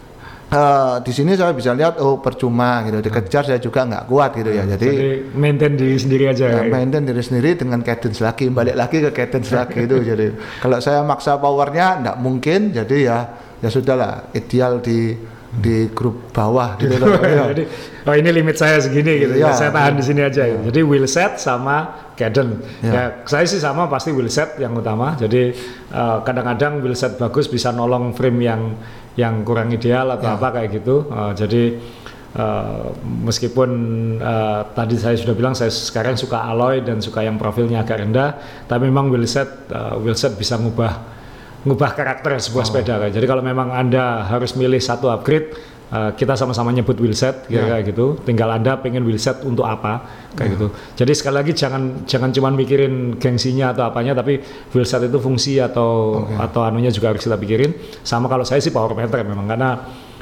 Speaker 2: uh, di sini saya bisa lihat oh percuma gitu. Dikejar saya juga nggak kuat gitu ya. Jadi,
Speaker 1: Jadi maintain diri sendiri aja.
Speaker 2: Ya, maintain diri sendiri dengan cadence lagi, balik lagi ke cadence lagi itu. Jadi kalau saya maksa powernya nggak mungkin. Jadi ya ya sudahlah, ideal di di grup bawah gitu loh.
Speaker 1: Jadi oh ini limit saya segini gitu ya, saya tahan ya. Di sini aja. Ya. Jadi wheel set sama cadence. Ya. Ya saya sih sama pasti wheel set yang utama. Jadi uh, kadang-kadang wheel set bagus bisa nolong frame yang yang kurang ideal atau ya. Apa kayak gitu. Uh, jadi uh, meskipun uh, tadi saya sudah bilang saya sekarang suka alloy dan suka yang profilnya agak rendah, tapi memang wheel set uh, wheel set bisa ngubah ngubah karakter sebuah oh. sepeda kan. Jadi kalau memang Anda harus milih satu upgrade, uh, kita sama-sama nyebut wheelset yeah. kayak gitu. Tinggal Anda pengen wheelset untuk apa kayak yeah. gitu. Jadi sekali lagi jangan jangan cuma mikirin gengsinya atau apanya, tapi wheelset itu fungsi atau okay. atau anunya juga harus kita pikirin. Sama kalau saya sih power meter memang karena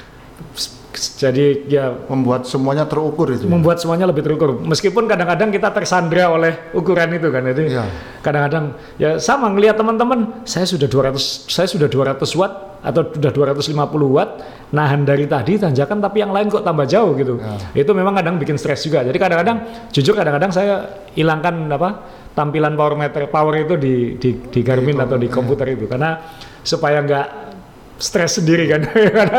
Speaker 1: jadi ya
Speaker 2: membuat semuanya terukur itu.
Speaker 1: Membuat ya? Semuanya lebih terukur. Meskipun kadang-kadang kita tersandra oleh ukuran itu kan. Jadi ya. Kadang-kadang ya sama ngelihat teman-teman, saya sudah dua ratus saya sudah dua ratus watt atau udah dua ratus lima puluh watt nahan dari tadi tanjakan tapi yang lain kok tambah jauh gitu. Ya. Itu memang kadang bikin stres juga. Jadi kadang-kadang jujur kadang-kadang saya hilangkan apa tampilan power meter power itu di di, di Garmin di, atau di komputer ya. Itu karena supaya nggak stres sendiri kan.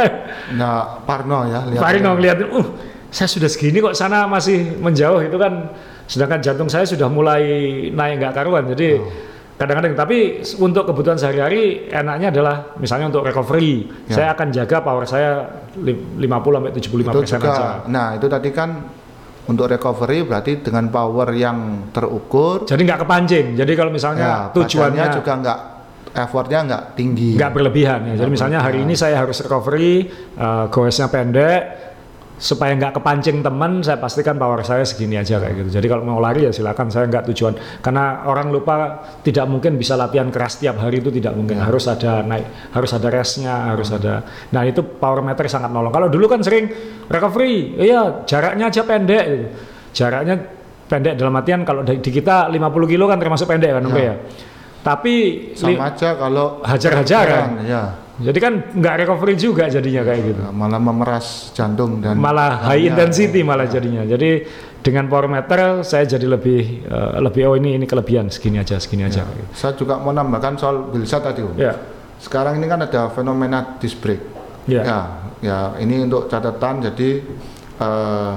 Speaker 2: Nah, parno ya.
Speaker 1: Parno ngeliatin, uh saya sudah segini kok sana masih menjauh itu kan. Sedangkan jantung saya sudah mulai naik nggak karuan, jadi oh. kadang-kadang. Tapi untuk kebutuhan sehari-hari enaknya adalah misalnya untuk recovery, ya. Saya akan jaga power saya lima puluh sampai tujuh puluh lima persen aja.
Speaker 2: Nah itu tadi kan untuk recovery berarti dengan power yang terukur.
Speaker 1: Jadi nggak kepancing. Jadi kalau misalnya ya, tujuannya
Speaker 2: juga nggak effortnya nggak tinggi,
Speaker 1: nggak berlebihan. Ya. Jadi misalnya hari ini saya harus recovery, uh, goesnya pendek. Supaya nggak kepancing teman, saya pastikan power saya segini aja kayak gitu. Jadi kalau mau lari ya silakan, saya nggak tujuan. Karena orang lupa tidak mungkin bisa latihan keras tiap hari, itu tidak mungkin. Ya. Harus ada naik, harus ada restnya, harus hmm. ada. Nah itu power meter sangat nolong. Kalau dulu kan sering recovery, iya jaraknya aja pendek. Gitu. Jaraknya pendek dalam artian kalau di kita lima puluh kilo kan termasuk pendek kan, ya. ya. Tapi
Speaker 2: sama aja kalau
Speaker 1: hajar-hajaran. Ya. Jadi kan nggak recovery juga jadinya kayak gitu.
Speaker 2: Malah memeras jantung dan
Speaker 1: malah high intensity malah jadinya. Jadi dengan power meter saya jadi lebih uh, lebih oh ini ini kelebihan segini aja segini
Speaker 2: ya.
Speaker 1: aja.
Speaker 2: Saya juga mau nambahkan soal Wheelsat tadi.
Speaker 1: Ya.
Speaker 2: Sekarang ini kan ada fenomena disc brake. Ya. Ya, ya ini untuk catatan. Jadi uh,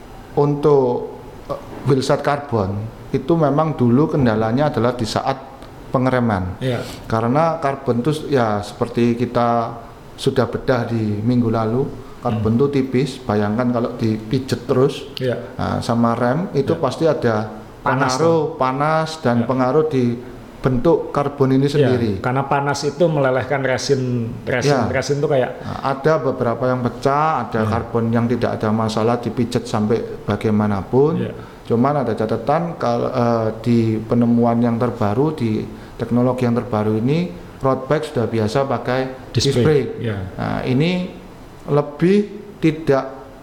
Speaker 2: untuk uh, Wheelsat karbon itu memang dulu kendalanya adalah di saat pengereman, ya. Karena karbon itu ya seperti kita sudah bedah di minggu lalu, karbon itu hmm. tipis. Bayangkan kalau dipijet terus, ya. Nah, sama rem itu ya. Pasti ada panas pengaruh kan? panas dan ya. Pengaruh di bentuk karbon ini sendiri.
Speaker 1: Ya, karena panas itu melelehkan resin, resin, ya. Resin itu kayak
Speaker 2: nah, ada beberapa yang pecah, ada ya. Karbon yang tidak ada masalah dipijet sampai bagaimanapun. Ya. Cuman ada catatan kalau uh, di penemuan yang terbaru, di teknologi yang terbaru ini road bike sudah biasa pakai disc brake. Yeah. Nah, ini lebih tidak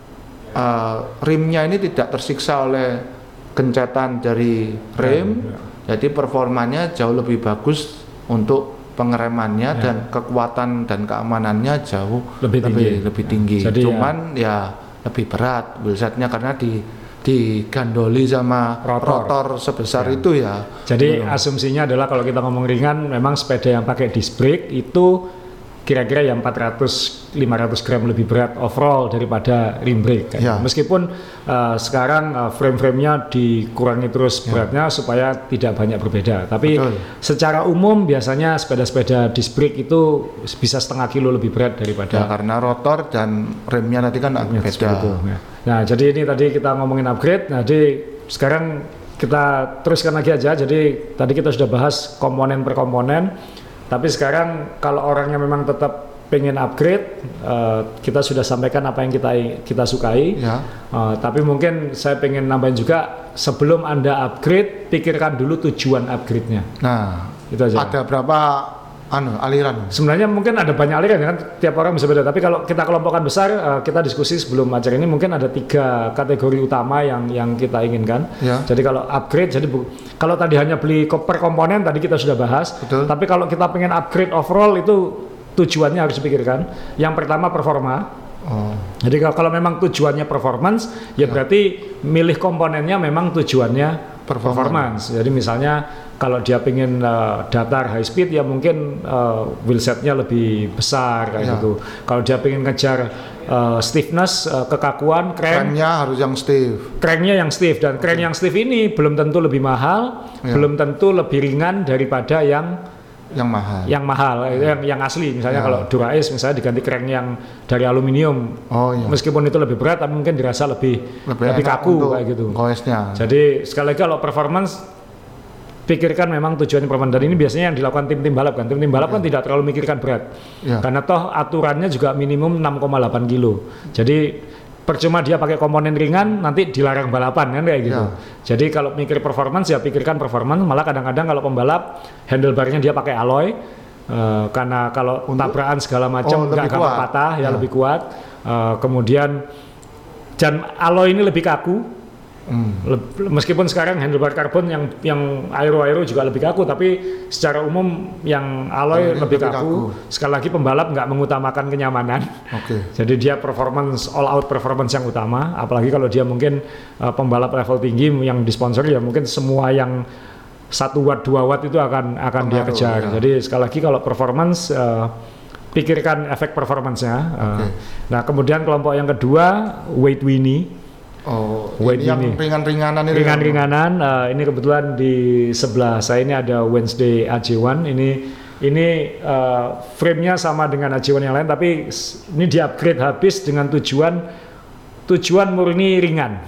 Speaker 2: uh, rimnya ini tidak tersiksa oleh gencetan dari rem. Yeah, yeah. Jadi performanya jauh lebih bagus untuk pengeremannya, yeah. Dan kekuatan dan keamanannya jauh
Speaker 1: lebih tinggi.
Speaker 2: Lebih, lebih tinggi.
Speaker 1: Jadi
Speaker 2: cuman ya, ya lebih berat wheelsatnya karena di digandoli sama rotor, rotor sebesar ya. Itu ya.
Speaker 1: Jadi belum. Asumsinya adalah kalau kita ngomong ringan, memang sepeda yang pakai disc brake itu kira-kira yang empat ratus sampai lima ratus gram lebih berat overall daripada rim brake. Ya. Meskipun uh, sekarang uh, frame-framenya dikurangi terus ya. Beratnya supaya tidak banyak berbeda. Tapi betul. Secara umum biasanya sepeda-sepeda disc brake itu bisa setengah kilo lebih berat daripada.
Speaker 2: Ya, karena rotor dan remnya nanti kan ya, beda.
Speaker 1: Ya. Nah jadi ini tadi kita ngomongin upgrade. Nah, jadi sekarang kita teruskan lagi aja. Jadi tadi kita sudah bahas komponen per komponen. Tapi sekarang kalau orangnya memang tetap pengen upgrade, uh, kita sudah sampaikan apa yang kita kita sukai. Ya. Uh, tapi mungkin saya pengen nambahin juga, sebelum Anda upgrade, pikirkan dulu tujuan upgrade-nya.
Speaker 2: Nah,
Speaker 1: itu aja.
Speaker 2: Ada berapa anu aliran?
Speaker 1: Sebenarnya mungkin ada banyak aliran kan, tiap orang bisa beda. Tapi kalau kita kelompokkan besar, uh, kita diskusi sebelum acara ini mungkin ada tiga kategori utama yang yang kita inginkan. Ya. Jadi kalau upgrade, jadi bu, kalau tadi hanya beli per komponen tadi kita sudah bahas. Betul. Tapi kalau kita pengen upgrade overall itu tujuannya harus dipikirkan. Yang pertama performa. Oh. Jadi kalau, kalau memang tujuannya performance, ya, ya berarti milih komponennya memang tujuannya performance. Jadi misalnya kalau dia pengen uh, datar high speed ya mungkin uh, wheelsetnya lebih besar kayak ya. Gitu. Kalau dia pengen ngejar uh, stiffness, uh, kekakuan, crank,
Speaker 2: cranknya harus yang stiff.
Speaker 1: Cranknya yang stiff dan crank yang stiff ini belum tentu lebih mahal, ya. Belum tentu lebih ringan daripada yang
Speaker 2: yang mahal.
Speaker 1: Yang mahal, ya. yang yang asli. Misalnya ya. Kalau Dura-Ace misalnya diganti crank yang dari aluminium. Oh, iya. Meskipun itu lebih berat tapi mungkin dirasa lebih lebih, lebih kaku kayak gitu.
Speaker 2: Goesnya.
Speaker 1: Jadi sekali lagi kalau performance pikirkan memang tujuannya performance, dan ini biasanya yang dilakukan tim-tim balap kan. Tim-tim balap ya. Kan tidak terlalu mikirkan berat. Ya. Karena toh aturannya juga minimum enam koma delapan kilo. Jadi percuma dia pakai komponen ringan nanti dilarang balapan kan kayak gitu. Ya. Jadi kalau mikir performance ya pikirkan performance. Malah kadang-kadang kalau pembalap handlebarnya dia pakai alloy uh, karena kalau tabrakan segala macam nggak oh, gampang patah ya, ya lebih kuat. Uh, kemudian dan alloy ini lebih kaku. Hmm. Meskipun sekarang handlebar karbon yang yang aero-aero juga lebih kaku, tapi secara umum yang alloy lebih, lebih kaku. kaku. Sekali lagi pembalap nggak mengutamakan kenyamanan.
Speaker 2: Okay.
Speaker 1: Jadi dia performance all out performance yang utama. Apalagi kalau dia mungkin uh, pembalap level tinggi yang disponsori ya mungkin semua yang satu watt dua watt itu akan akan Pengaruh, dia kejar. Ya. Jadi sekali lagi kalau performance uh, pikirkan efek performance-nya. Uh, okay. Nah kemudian kelompok yang kedua weight Winnie.
Speaker 2: Oh, ini yang ringan-ringanan ini.
Speaker 1: Ringan-ringanan, uh, ini kebetulan di sebelah saya ini ada Wednesday A J satu. Ini ini uh, frame-nya sama dengan A J satu yang lain, tapi ini di-upgrade habis dengan tujuan tujuan murni ringan.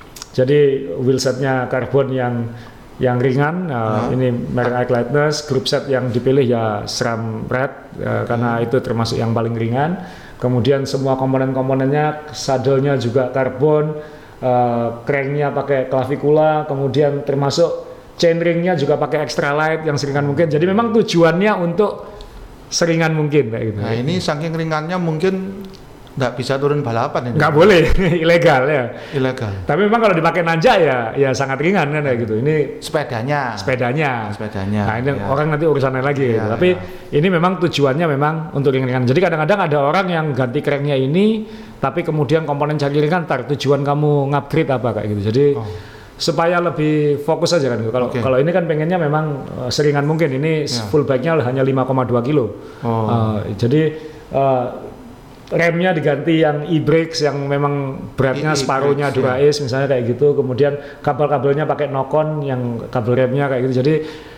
Speaker 1: Jadi wheelsetnya karbon yang yang ringan. Uh, hmm. Ini merek Lightness. Group set yang dipilih ya SRAM Red uh, karena itu termasuk yang paling ringan. Kemudian semua komponen-komponennya, saddle-nya juga karbon. Uh, cranknya pakai clavicular, kemudian termasuk chainringnya juga pakai extra light yang seringan mungkin. Jadi memang tujuannya untuk seringan mungkin kayak gitu.
Speaker 2: Nah ini saking ringannya mungkin nggak bisa turun balapan ini.
Speaker 1: Nggak boleh, ilegal ya.
Speaker 2: Ilegal.
Speaker 1: Tapi memang kalau dipakai nanjak ya, ya sangat ringan kan kayak gitu. Ini
Speaker 2: sepedanya.
Speaker 1: Sepedanya.
Speaker 2: Sepedanya.
Speaker 1: Nah ini
Speaker 2: ya.
Speaker 1: orang nanti urusannya lagi. Ya, gitu. Tapi ya. Ini memang tujuannya memang untuk ringan-ringan. Jadi kadang-kadang ada orang yang ganti cranknya ini, tapi kemudian komponen cari ringan, tar tujuan kamu ngupgrade apa kayak gitu. Jadi oh. supaya lebih fokus aja kan. Kalau okay. kalau ini kan pengennya memang uh, seringan mungkin. Ini ya. Full bike-nya hanya lima koma dua kilo. Oh. Uh, jadi uh, remnya diganti yang e-brakes yang memang beratnya separuhnya Dura-Ace ya. Misalnya kayak gitu. Kemudian kabel-kabelnya pakai Nokon yang kabel remnya kayak gitu. Jadi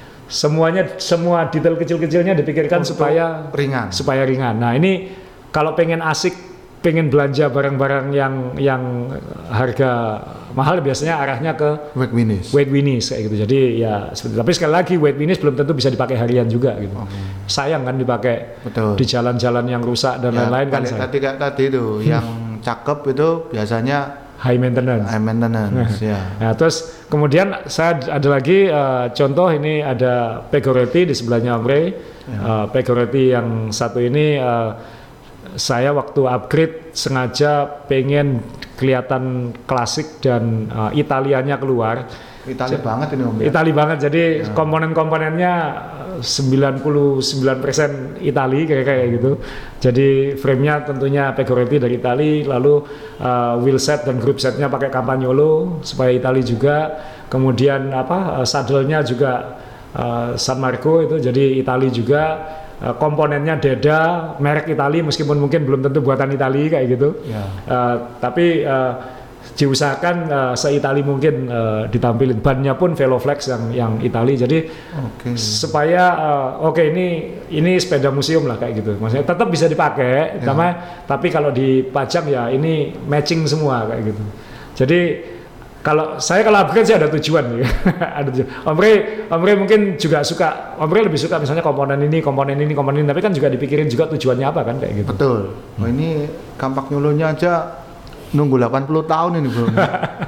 Speaker 1: semuanya semua detail kecil-kecilnya dipikirkan untuk supaya
Speaker 2: ringan.
Speaker 1: Supaya ringan. Nah ini kalau pengen asik, pengen belanja barang-barang yang yang harga mahal biasanya arahnya ke
Speaker 2: weight Winnies.
Speaker 1: Weight Winnies kayak gitu. Jadi ya seperti tapi sekali lagi weight Winnies belum tentu bisa dipakai harian juga gitu. Okay. Sayang kan dipakai Betul. Di jalan-jalan yang rusak dan ya, lain-lain kan.
Speaker 2: Tadi kayak tadi itu yang cakep itu biasanya
Speaker 1: high maintenance.
Speaker 2: High maintenance ya.
Speaker 1: Nah, terus kemudian saya ada lagi uh, contoh ini ada Pegoretti di sebelahnya Omre. Ya. Uh, Pegoretti yang satu ini uh, saya waktu upgrade sengaja pengen kelihatan klasik dan uh, Italianya keluar.
Speaker 2: Itali banget ini Om.
Speaker 1: Itali banget. Jadi ya. Komponen-komponennya sembilan puluh sembilan persen Itali kayak kayak gitu. Jadi frame-nya tentunya Pegoretti dari Itali, lalu uh, wheel set dan group setnya pakai Campagnolo supaya Itali juga. Kemudian apa uh, saddle-nya juga uh, San Marco itu jadi Itali juga. Uh, komponennya Deda merek Itali meskipun mungkin belum tentu buatan Itali kayak gitu ya. uh, tapi uh, diusahakan uh, se-Itali mungkin uh, ditampilin bannya pun Veloflex yang yang Itali jadi okay. supaya uh, oke okay, ini ini sepeda museum lah kayak gitu maksudnya tetap bisa dipakai ya. Sama, tapi kalau dipajang ya ini matching semua kayak gitu jadi kalau saya kalau upgrade sih ada tujuan ya. Ada tujuan. Omre, Omre mungkin juga suka, Omre lebih suka misalnya komponen ini, komponen ini, komponen ini, tapi kan juga dipikirin juga tujuannya apa kan kayak gitu.
Speaker 2: Betul. Hmm. Oh, ini Campagnolo-nya aja nunggu delapan puluh tahun ini belum.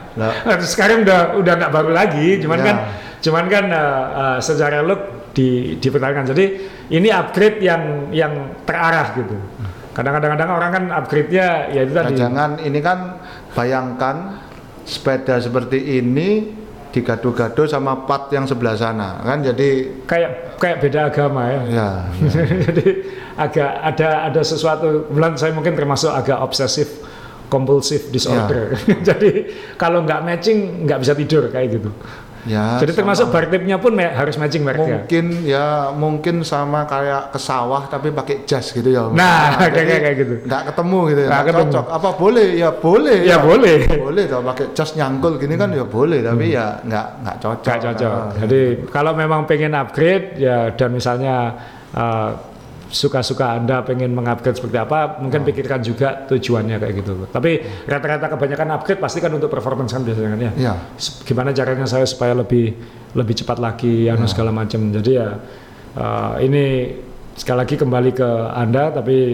Speaker 1: Sekarang udah udah nggak baru lagi, cuman ya. kan cuman kan uh, uh, secara look di dipertahankan. Jadi ini upgrade yang yang terarah gitu. Kadang-kadang orang kan upgrade-nya ya itu tadi.
Speaker 2: Jangan ini kan bayangkan sepeda seperti ini digado-gado sama part yang sebelah sana kan jadi
Speaker 1: kayak kayak beda agama ya.
Speaker 2: Ya, ya.
Speaker 1: Jadi agak ada ada sesuatu bulan saya mungkin termasuk agak obsesif compulsive disorder. Ya. Jadi kalau nggak matching nggak bisa tidur kayak gitu. Ya, jadi termasuk bar tipnya pun me- harus matching mereknya.
Speaker 2: Mungkin ya mungkin sama kayak ke sawah tapi pakai jas gitu ya.
Speaker 1: Nah, nah kayak kayak gitu.
Speaker 2: Nggak ketemu gitu ya. Nggak cocok. Apa boleh? Ya boleh.
Speaker 1: Ya, ya boleh.
Speaker 2: Boleh kalau pakai jas nyangkul gini kan ya boleh tapi hmm. ya nggak nggak cocok.
Speaker 1: Nggak cocok. Nah, jadi kalau memang pengen upgrade ya dan misalnya uh, suka-suka Anda pengen mengupgrade seperti apa, mungkin oh. pikirkan juga tujuannya kayak gitu. Tapi rata-rata kebanyakan upgrade pasti kan untuk performance kan biasanya kan ya. ya. Gimana caranya saya supaya lebih lebih cepat lagi, anu ya. segala macam. Jadi ya uh, ini sekali lagi kembali ke Anda, tapi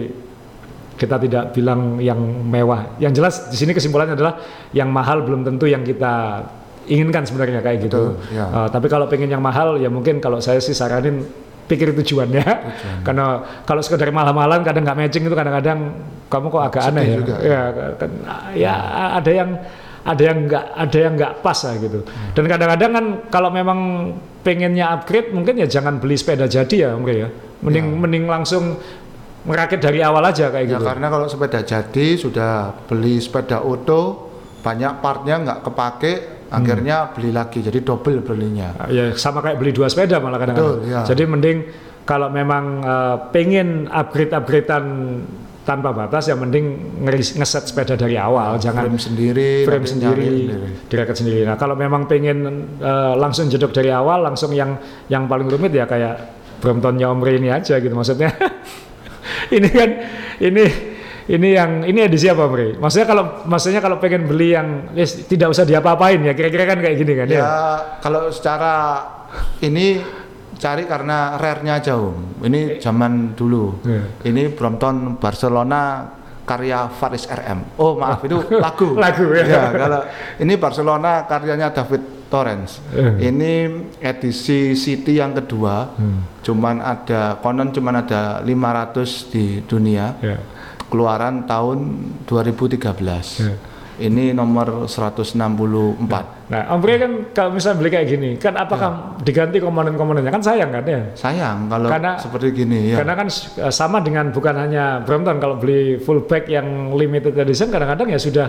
Speaker 1: kita tidak bilang yang mewah. Yang jelas di sini kesimpulannya adalah yang mahal belum tentu yang kita inginkan sebenarnya kayak gitu. Betul, ya. uh, tapi kalau pengen yang mahal ya mungkin kalau saya sih saranin pikir tujuannya, Tujuan. Karena kalau sekedar malam-malam kadang nggak matching itu kadang-kadang kamu kok agak Sedih aneh ya.
Speaker 2: Juga,
Speaker 1: ya, ya, kan, ya ada yang ada yang nggak ada yang nggak pas lah gitu. Dan kadang-kadang kan kalau memang pengennya upgrade mungkin ya jangan beli sepeda jadi ya Om Rey ya. Mending ya. mending langsung merakit dari awal aja kayak
Speaker 2: ya,
Speaker 1: gitu.
Speaker 2: Karena kalau sepeda jadi sudah beli sepeda auto banyak partnya nggak kepake, hmm. akhirnya beli lagi jadi double belinya.
Speaker 1: Ya sama kayak beli dua sepeda malah kadang-kadang. Ya. Jadi mending kalau memang uh, pengen upgrade-upgradean tanpa batas ya mending ngeset sepeda dari awal, nah, jangan
Speaker 2: frame sendiri,
Speaker 1: frame sendiri, dirakit sendiri. Nah kalau memang pengen uh, langsung jedok dari awal, langsung yang yang paling rumit ya kayak Bromptonnya Om Rey ini aja gitu maksudnya. Ini kan ini ini yang ini edisi apa Om Rey? Maksudnya kalau maksudnya kalau pengen beli yang yes, tidak usah diapa-apain ya kira-kira kan kayak gini kan ya?
Speaker 2: Ya kalau secara ini cari karena rare-nya jauh. Ini zaman dulu. Yeah. Ini Brompton Barcelona karya Faris R M. Oh maaf itu lagu.
Speaker 1: Lagu ya.
Speaker 2: Ya kalau ini Barcelona karyanya David Torrens. Yeah. Ini edisi City yang kedua. Hmm. Cuman ada konon cuman ada lima ratus di dunia. Yeah. Keluaran tahun dua ribu tiga belas. Yeah. Ini nomor seratus enam puluh empat.
Speaker 1: Nah, Om Rey kan kalau misalnya beli kayak gini, kan apakah ya. diganti komponen-komponennya? Kan sayang kan ya?
Speaker 2: Sayang kalau karena, seperti gini ya.
Speaker 1: Karena kan sama dengan bukan hanya Brompton, kalau beli fullback yang limited edition kadang-kadang ya sudah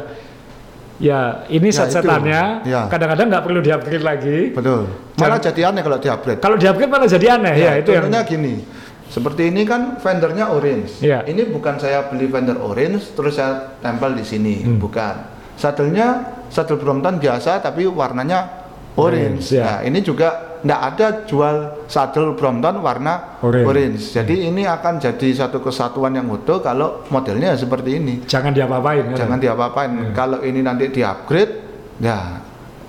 Speaker 1: ya ini ya, set-setannya, ya. kadang-kadang nggak perlu di-upgrade lagi.
Speaker 2: Betul. Malah jadi aneh kalau di-upgrade.
Speaker 1: Kalau di-upgrade malah jadi aneh ya, ya itu yang
Speaker 2: gini. Seperti ini kan fendernya orange. Ya. Ini bukan saya beli fender orange terus saya tempel di sini, hmm. bukan. Sadelnya sadel Brompton biasa tapi warnanya orange. orange ya. Nah, ini juga tidak ada jual sadel Brompton warna orange. orange. Jadi hmm. ini akan jadi satu kesatuan yang utuh kalau modelnya seperti ini.
Speaker 1: Jangan diapa-apain.
Speaker 2: Jangan ya? diapa-apain. Hmm. Kalau ini nanti di-upgrade, ya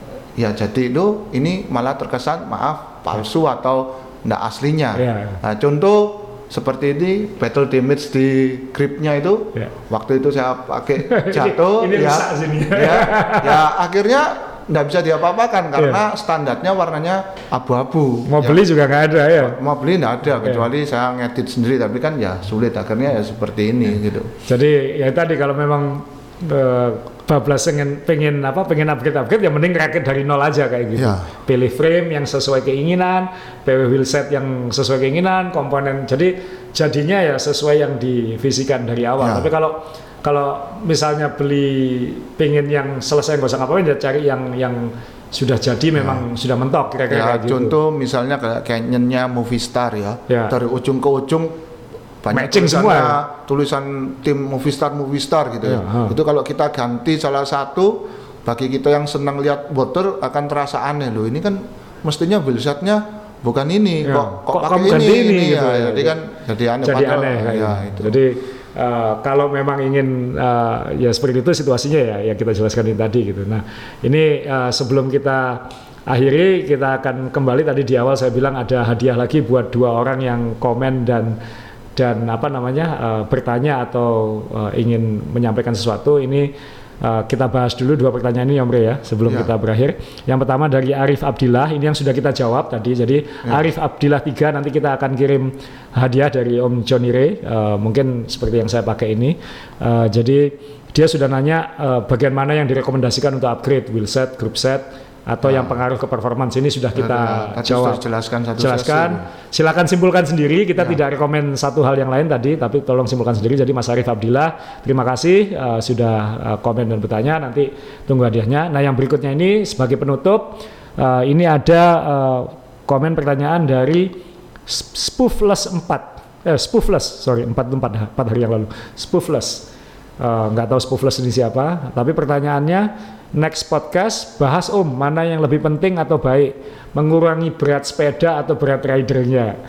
Speaker 2: ya jadi itu ini malah terkesan maaf palsu ya. atau tidak aslinya. Ya. Nah, contoh seperti ini battle damage di gripnya itu ya. waktu itu saya pakai jatuh
Speaker 1: ini, ini
Speaker 2: ya,
Speaker 1: sini.
Speaker 2: ya ya akhirnya nggak bisa diapa-apakan karena ya. standarnya warnanya abu-abu.
Speaker 1: Mau
Speaker 2: ya.
Speaker 1: beli juga nggak ada ya.
Speaker 2: Mau beli nggak ada kecuali ya. saya ngedit sendiri tapi kan ya sulit akhirnya ya seperti ini ya. gitu.
Speaker 1: Jadi ya tadi kalau memang uh, bablas pengen pengen apa pengen upgrade upgrade ya mending rakit dari nol aja kayak gitu. Ya. Pilih frame yang sesuai keinginan, P W wheelset yang sesuai keinginan, komponen. Jadi jadinya ya sesuai yang divisikan dari awal. Ya. Tapi kalau kalau misalnya beli pengen yang selesai nggak usah ngapain ya cari yang yang sudah jadi memang ya. sudah mentok kira-kira
Speaker 2: ya,
Speaker 1: kayak gitu.
Speaker 2: Contoh misalnya kayak Canyon-nya Movistar ya. ya. Dari ujung ke ujung banyak
Speaker 1: matching semua ya?
Speaker 2: tulisan tim Movistar Movistar gitu ya, ya. Itu kalau kita ganti salah satu bagi kita yang senang lihat motor akan terasa aneh loh. Ini kan mestinya wheelsetnya bukan ini ya. kok kok, kok pakai ini, ini, ini gitu, ya. ya. Jadi kan jadi aneh.
Speaker 1: Jadi padahal, aneh ya, itu. Jadi uh, kalau memang ingin uh, ya seperti itu situasinya ya yang kita jelaskan ini tadi gitu. Nah ini uh, sebelum kita akhiri kita akan kembali tadi di awal saya bilang ada hadiah lagi buat dua orang yang komen dan dan apa namanya uh, bertanya atau uh, ingin menyampaikan sesuatu. Ini uh, kita bahas dulu dua pertanyaan ini Om Rey ya sebelum ya. kita berakhir. Yang pertama dari Arif Abdillah, ini yang sudah kita jawab tadi. Jadi ya. Arif Abdillah tiga nanti kita akan kirim hadiah dari Om Johnny Rey, uh, mungkin seperti yang saya pakai ini. Uh, jadi dia sudah nanya uh, bagian mana yang direkomendasikan untuk upgrade, wheelset, group set atau nah. yang pengaruh ke performance. Ini sudah kita nah, jawab.
Speaker 2: Jelaskan satu
Speaker 1: jelaskan. Sesi. Silakan simpulkan sendiri. Kita ya. tidak rekomen satu hal yang lain tadi, tapi tolong simpulkan sendiri. Jadi Mas Arif Abdillah, terima kasih uh, sudah uh, komen dan bertanya. Nanti tunggu hadiahnya. Nah, yang berikutnya ini sebagai penutup, uh, ini ada uh, komen pertanyaan dari Spoofless empat. Eh, Spoofless, sorry, empat empat empat hari yang lalu. Spoofless. Uh, nggak tahu Spoofless ini siapa, tapi pertanyaannya, next podcast bahas Om mana yang lebih penting atau baik, mengurangi berat sepeda atau berat ridernya.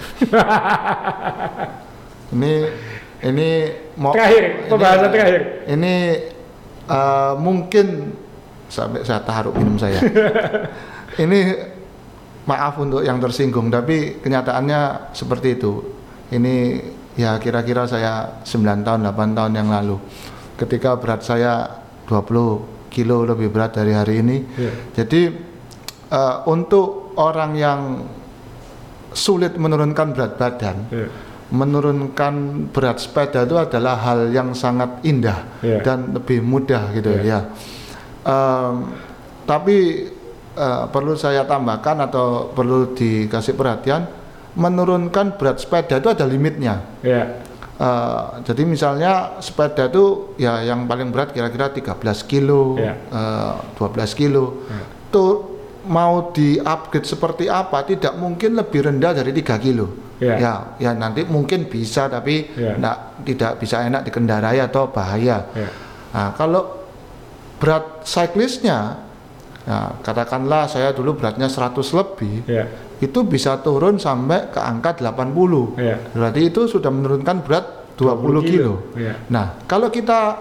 Speaker 1: ini ini mau terakhir pembahasan ini, terakhir
Speaker 2: ini uh, mungkin sampai saya taruh minum saya. Ini maaf untuk yang tersinggung tapi kenyataannya seperti itu. Ini ya kira-kira saya sembilan tahun delapan tahun yang lalu ketika berat saya dua puluh kilo lebih berat dari hari ini. Yeah. Jadi uh, untuk orang yang sulit menurunkan berat badan, yeah. menurunkan berat sepeda itu adalah hal yang sangat indah yeah. dan lebih mudah gitu yeah. ya. Um, tapi uh, perlu saya tambahkan atau perlu dikasih perhatian, menurunkan berat sepeda itu ada limitnya.
Speaker 1: Yeah.
Speaker 2: Uh, jadi misalnya sepeda itu ya yang paling berat kira-kira tiga belas kilo, yeah. uh, dua belas kilo. Yeah. Tuh mau di-upgrade seperti apa, tidak mungkin lebih rendah dari tiga kilo. Yeah. Ya, ya nanti mungkin bisa, tapi yeah. enggak, tidak bisa enak dikendarai atau bahaya. Yeah. Nah, kalau berat cyclistnya, nah, katakanlah saya dulu beratnya seratus lebih, yeah. itu bisa turun sampai ke angka delapan puluh. Yeah. Berarti itu sudah menurunkan berat dua puluh kilo. Yeah. Nah, kalau kita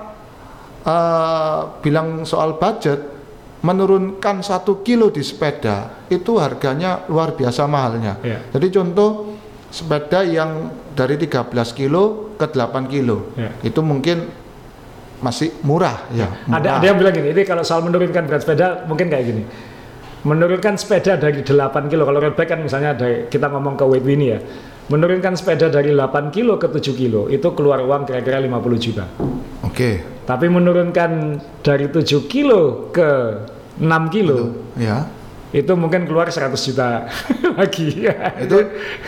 Speaker 2: uh, bilang soal budget, menurunkan satu kilo di sepeda itu harganya luar biasa mahalnya. Yeah. Jadi contoh sepeda yang dari tiga belas kilo ke delapan kilo, yeah. itu mungkin masih murah ya. Murah.
Speaker 1: Ada ada yang bilang gini, ini kalau soal menurunkan berat sepeda mungkin kayak gini. Menurunkan sepeda dari delapan kilo, kalau road bike kan misalnya dari, kita ngomong ke weight Winnie ya. Menurunkan sepeda dari delapan kilo ke tujuh kilo itu keluar uang kira-kira lima puluh juta.
Speaker 2: Oke. Okay.
Speaker 1: Tapi menurunkan dari tujuh kilo ke enam kilo,
Speaker 2: ya.
Speaker 1: Itu mungkin keluar seratus juta lagi.
Speaker 2: Itu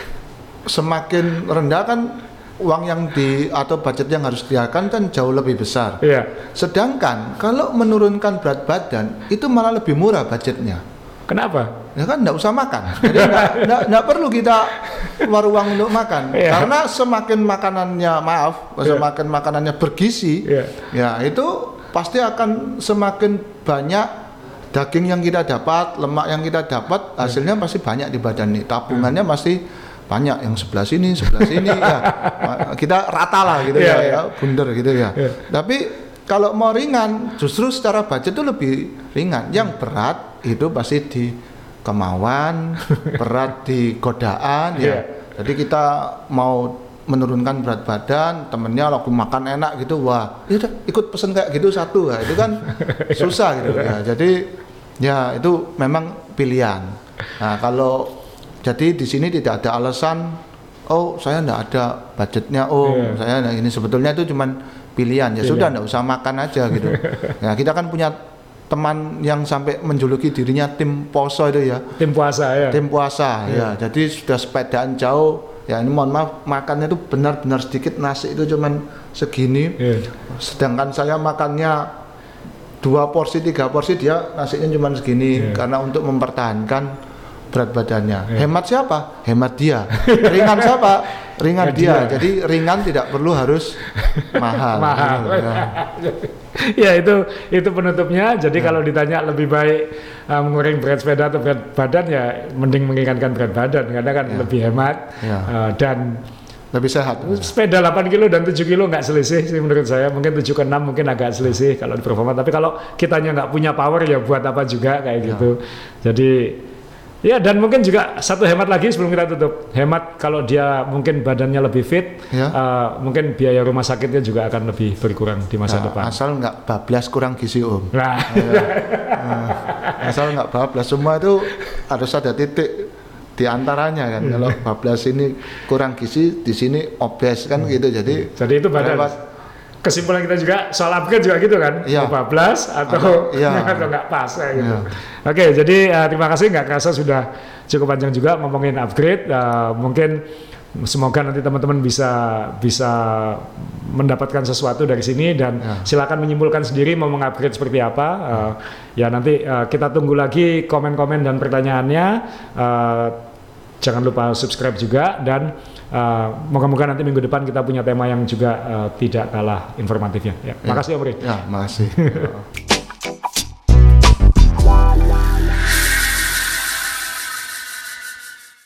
Speaker 2: semakin rendah kan uang yang di atau budget yang harus dikeluarkan kan jauh lebih besar.
Speaker 1: Iya.
Speaker 2: Sedangkan kalau menurunkan berat badan itu malah lebih murah budgetnya.
Speaker 1: Kenapa?
Speaker 2: Ya kan enggak usah makan. Jadi enggak perlu kita keluar uang untuk makan. Iya. Karena semakin makanannya maaf, iya. semakin makanannya bergizi, iya. ya itu pasti akan semakin banyak daging yang kita dapat, lemak yang kita dapat, hasilnya iya. pasti banyak di badan nih. Tabungannya pasti banyak, yang sebelah sini, sebelah sini ya. Kita rata lah gitu yeah, ya, yeah. ya, bunder gitu ya. Yeah. Tapi kalau mau ringan, justru secara budget itu lebih ringan. Yang berat itu pasti di kemauan, berat di godaan ya. Yeah. Jadi kita mau menurunkan berat badan, temennya waktu makan enak gitu, wah, ya udah ikut pesen kayak gitu satu, ya. Itu kan susah gitu ya. Jadi ya itu memang pilihan. Nah kalau jadi di sini tidak ada alasan, oh saya enggak ada budgetnya, oh yeah. saya enggak, ini sebetulnya itu cuman pilihan, ya pilihan. Sudah enggak usah makan aja gitu. Nah kita kan punya teman yang sampai menjuluki dirinya tim poso itu ya.
Speaker 1: Tim puasa ya.
Speaker 2: Tim puasa yeah. ya. Jadi sudah sepedaan jauh, ya ini mohon maaf makannya itu benar-benar sedikit, nasi itu cuman segini, yeah. sedangkan saya makannya dua porsi, tiga porsi, dia nasinya cuman segini yeah. karena untuk mempertahankan berat badannya. Yeah. Hemat siapa? Hemat dia. Ringan siapa? Ringan dia. dia. Jadi ringan tidak perlu harus mahal.
Speaker 1: Mahal. Ya. ya itu itu penutupnya. Jadi yeah. kalau ditanya lebih baik uh, mengurangi berat sepeda atau berat badan, ya mending mengingatkan berat badan karena kan yeah. lebih hemat yeah. uh, dan
Speaker 2: lebih sehat.
Speaker 1: Sepeda delapan kilo dan tujuh kilo nggak selisih sih menurut saya. Mungkin tujuh ke enam mungkin agak selisih kalau di performa. Tapi kalau kitanya nggak punya power ya buat apa juga kayak yeah. gitu. Jadi ya, dan mungkin juga satu hemat lagi sebelum kita tutup. Hemat kalau dia mungkin badannya lebih fit, ya. uh, mungkin biaya rumah sakitnya juga akan lebih berkurang di masa
Speaker 2: nah,
Speaker 1: depan.
Speaker 2: Asal nggak bablas kurang gizi om.
Speaker 1: Nah.
Speaker 2: Ya. uh, asal nggak bablas, semua itu harus ada titik di antaranya kan. Hmm. Kalau bablas ini kurang gizi, di sini obes kan hmm. gitu. Jadi,
Speaker 1: jadi itu badan. Lewat, kesimpulan kita juga soal upgrade juga gitu kan, ya. bablas atau ya. atau nggak pas ya, gitu. Ya. Oke, jadi uh, terima kasih, nggak kerasa sudah cukup panjang juga ngomongin upgrade. Uh, mungkin semoga nanti teman-teman bisa bisa mendapatkan sesuatu dari sini dan ya. silakan menyimpulkan sendiri mau mengupgrade seperti apa. Uh, ya nanti uh, kita tunggu lagi komen-komen dan pertanyaannya. Uh, jangan lupa subscribe juga dan Uh, moga-moga nanti minggu depan kita punya tema yang juga uh, tidak kalah informatifnya. Ya,
Speaker 2: ya.
Speaker 1: Makasih Om Ri.
Speaker 2: Ya, makasih.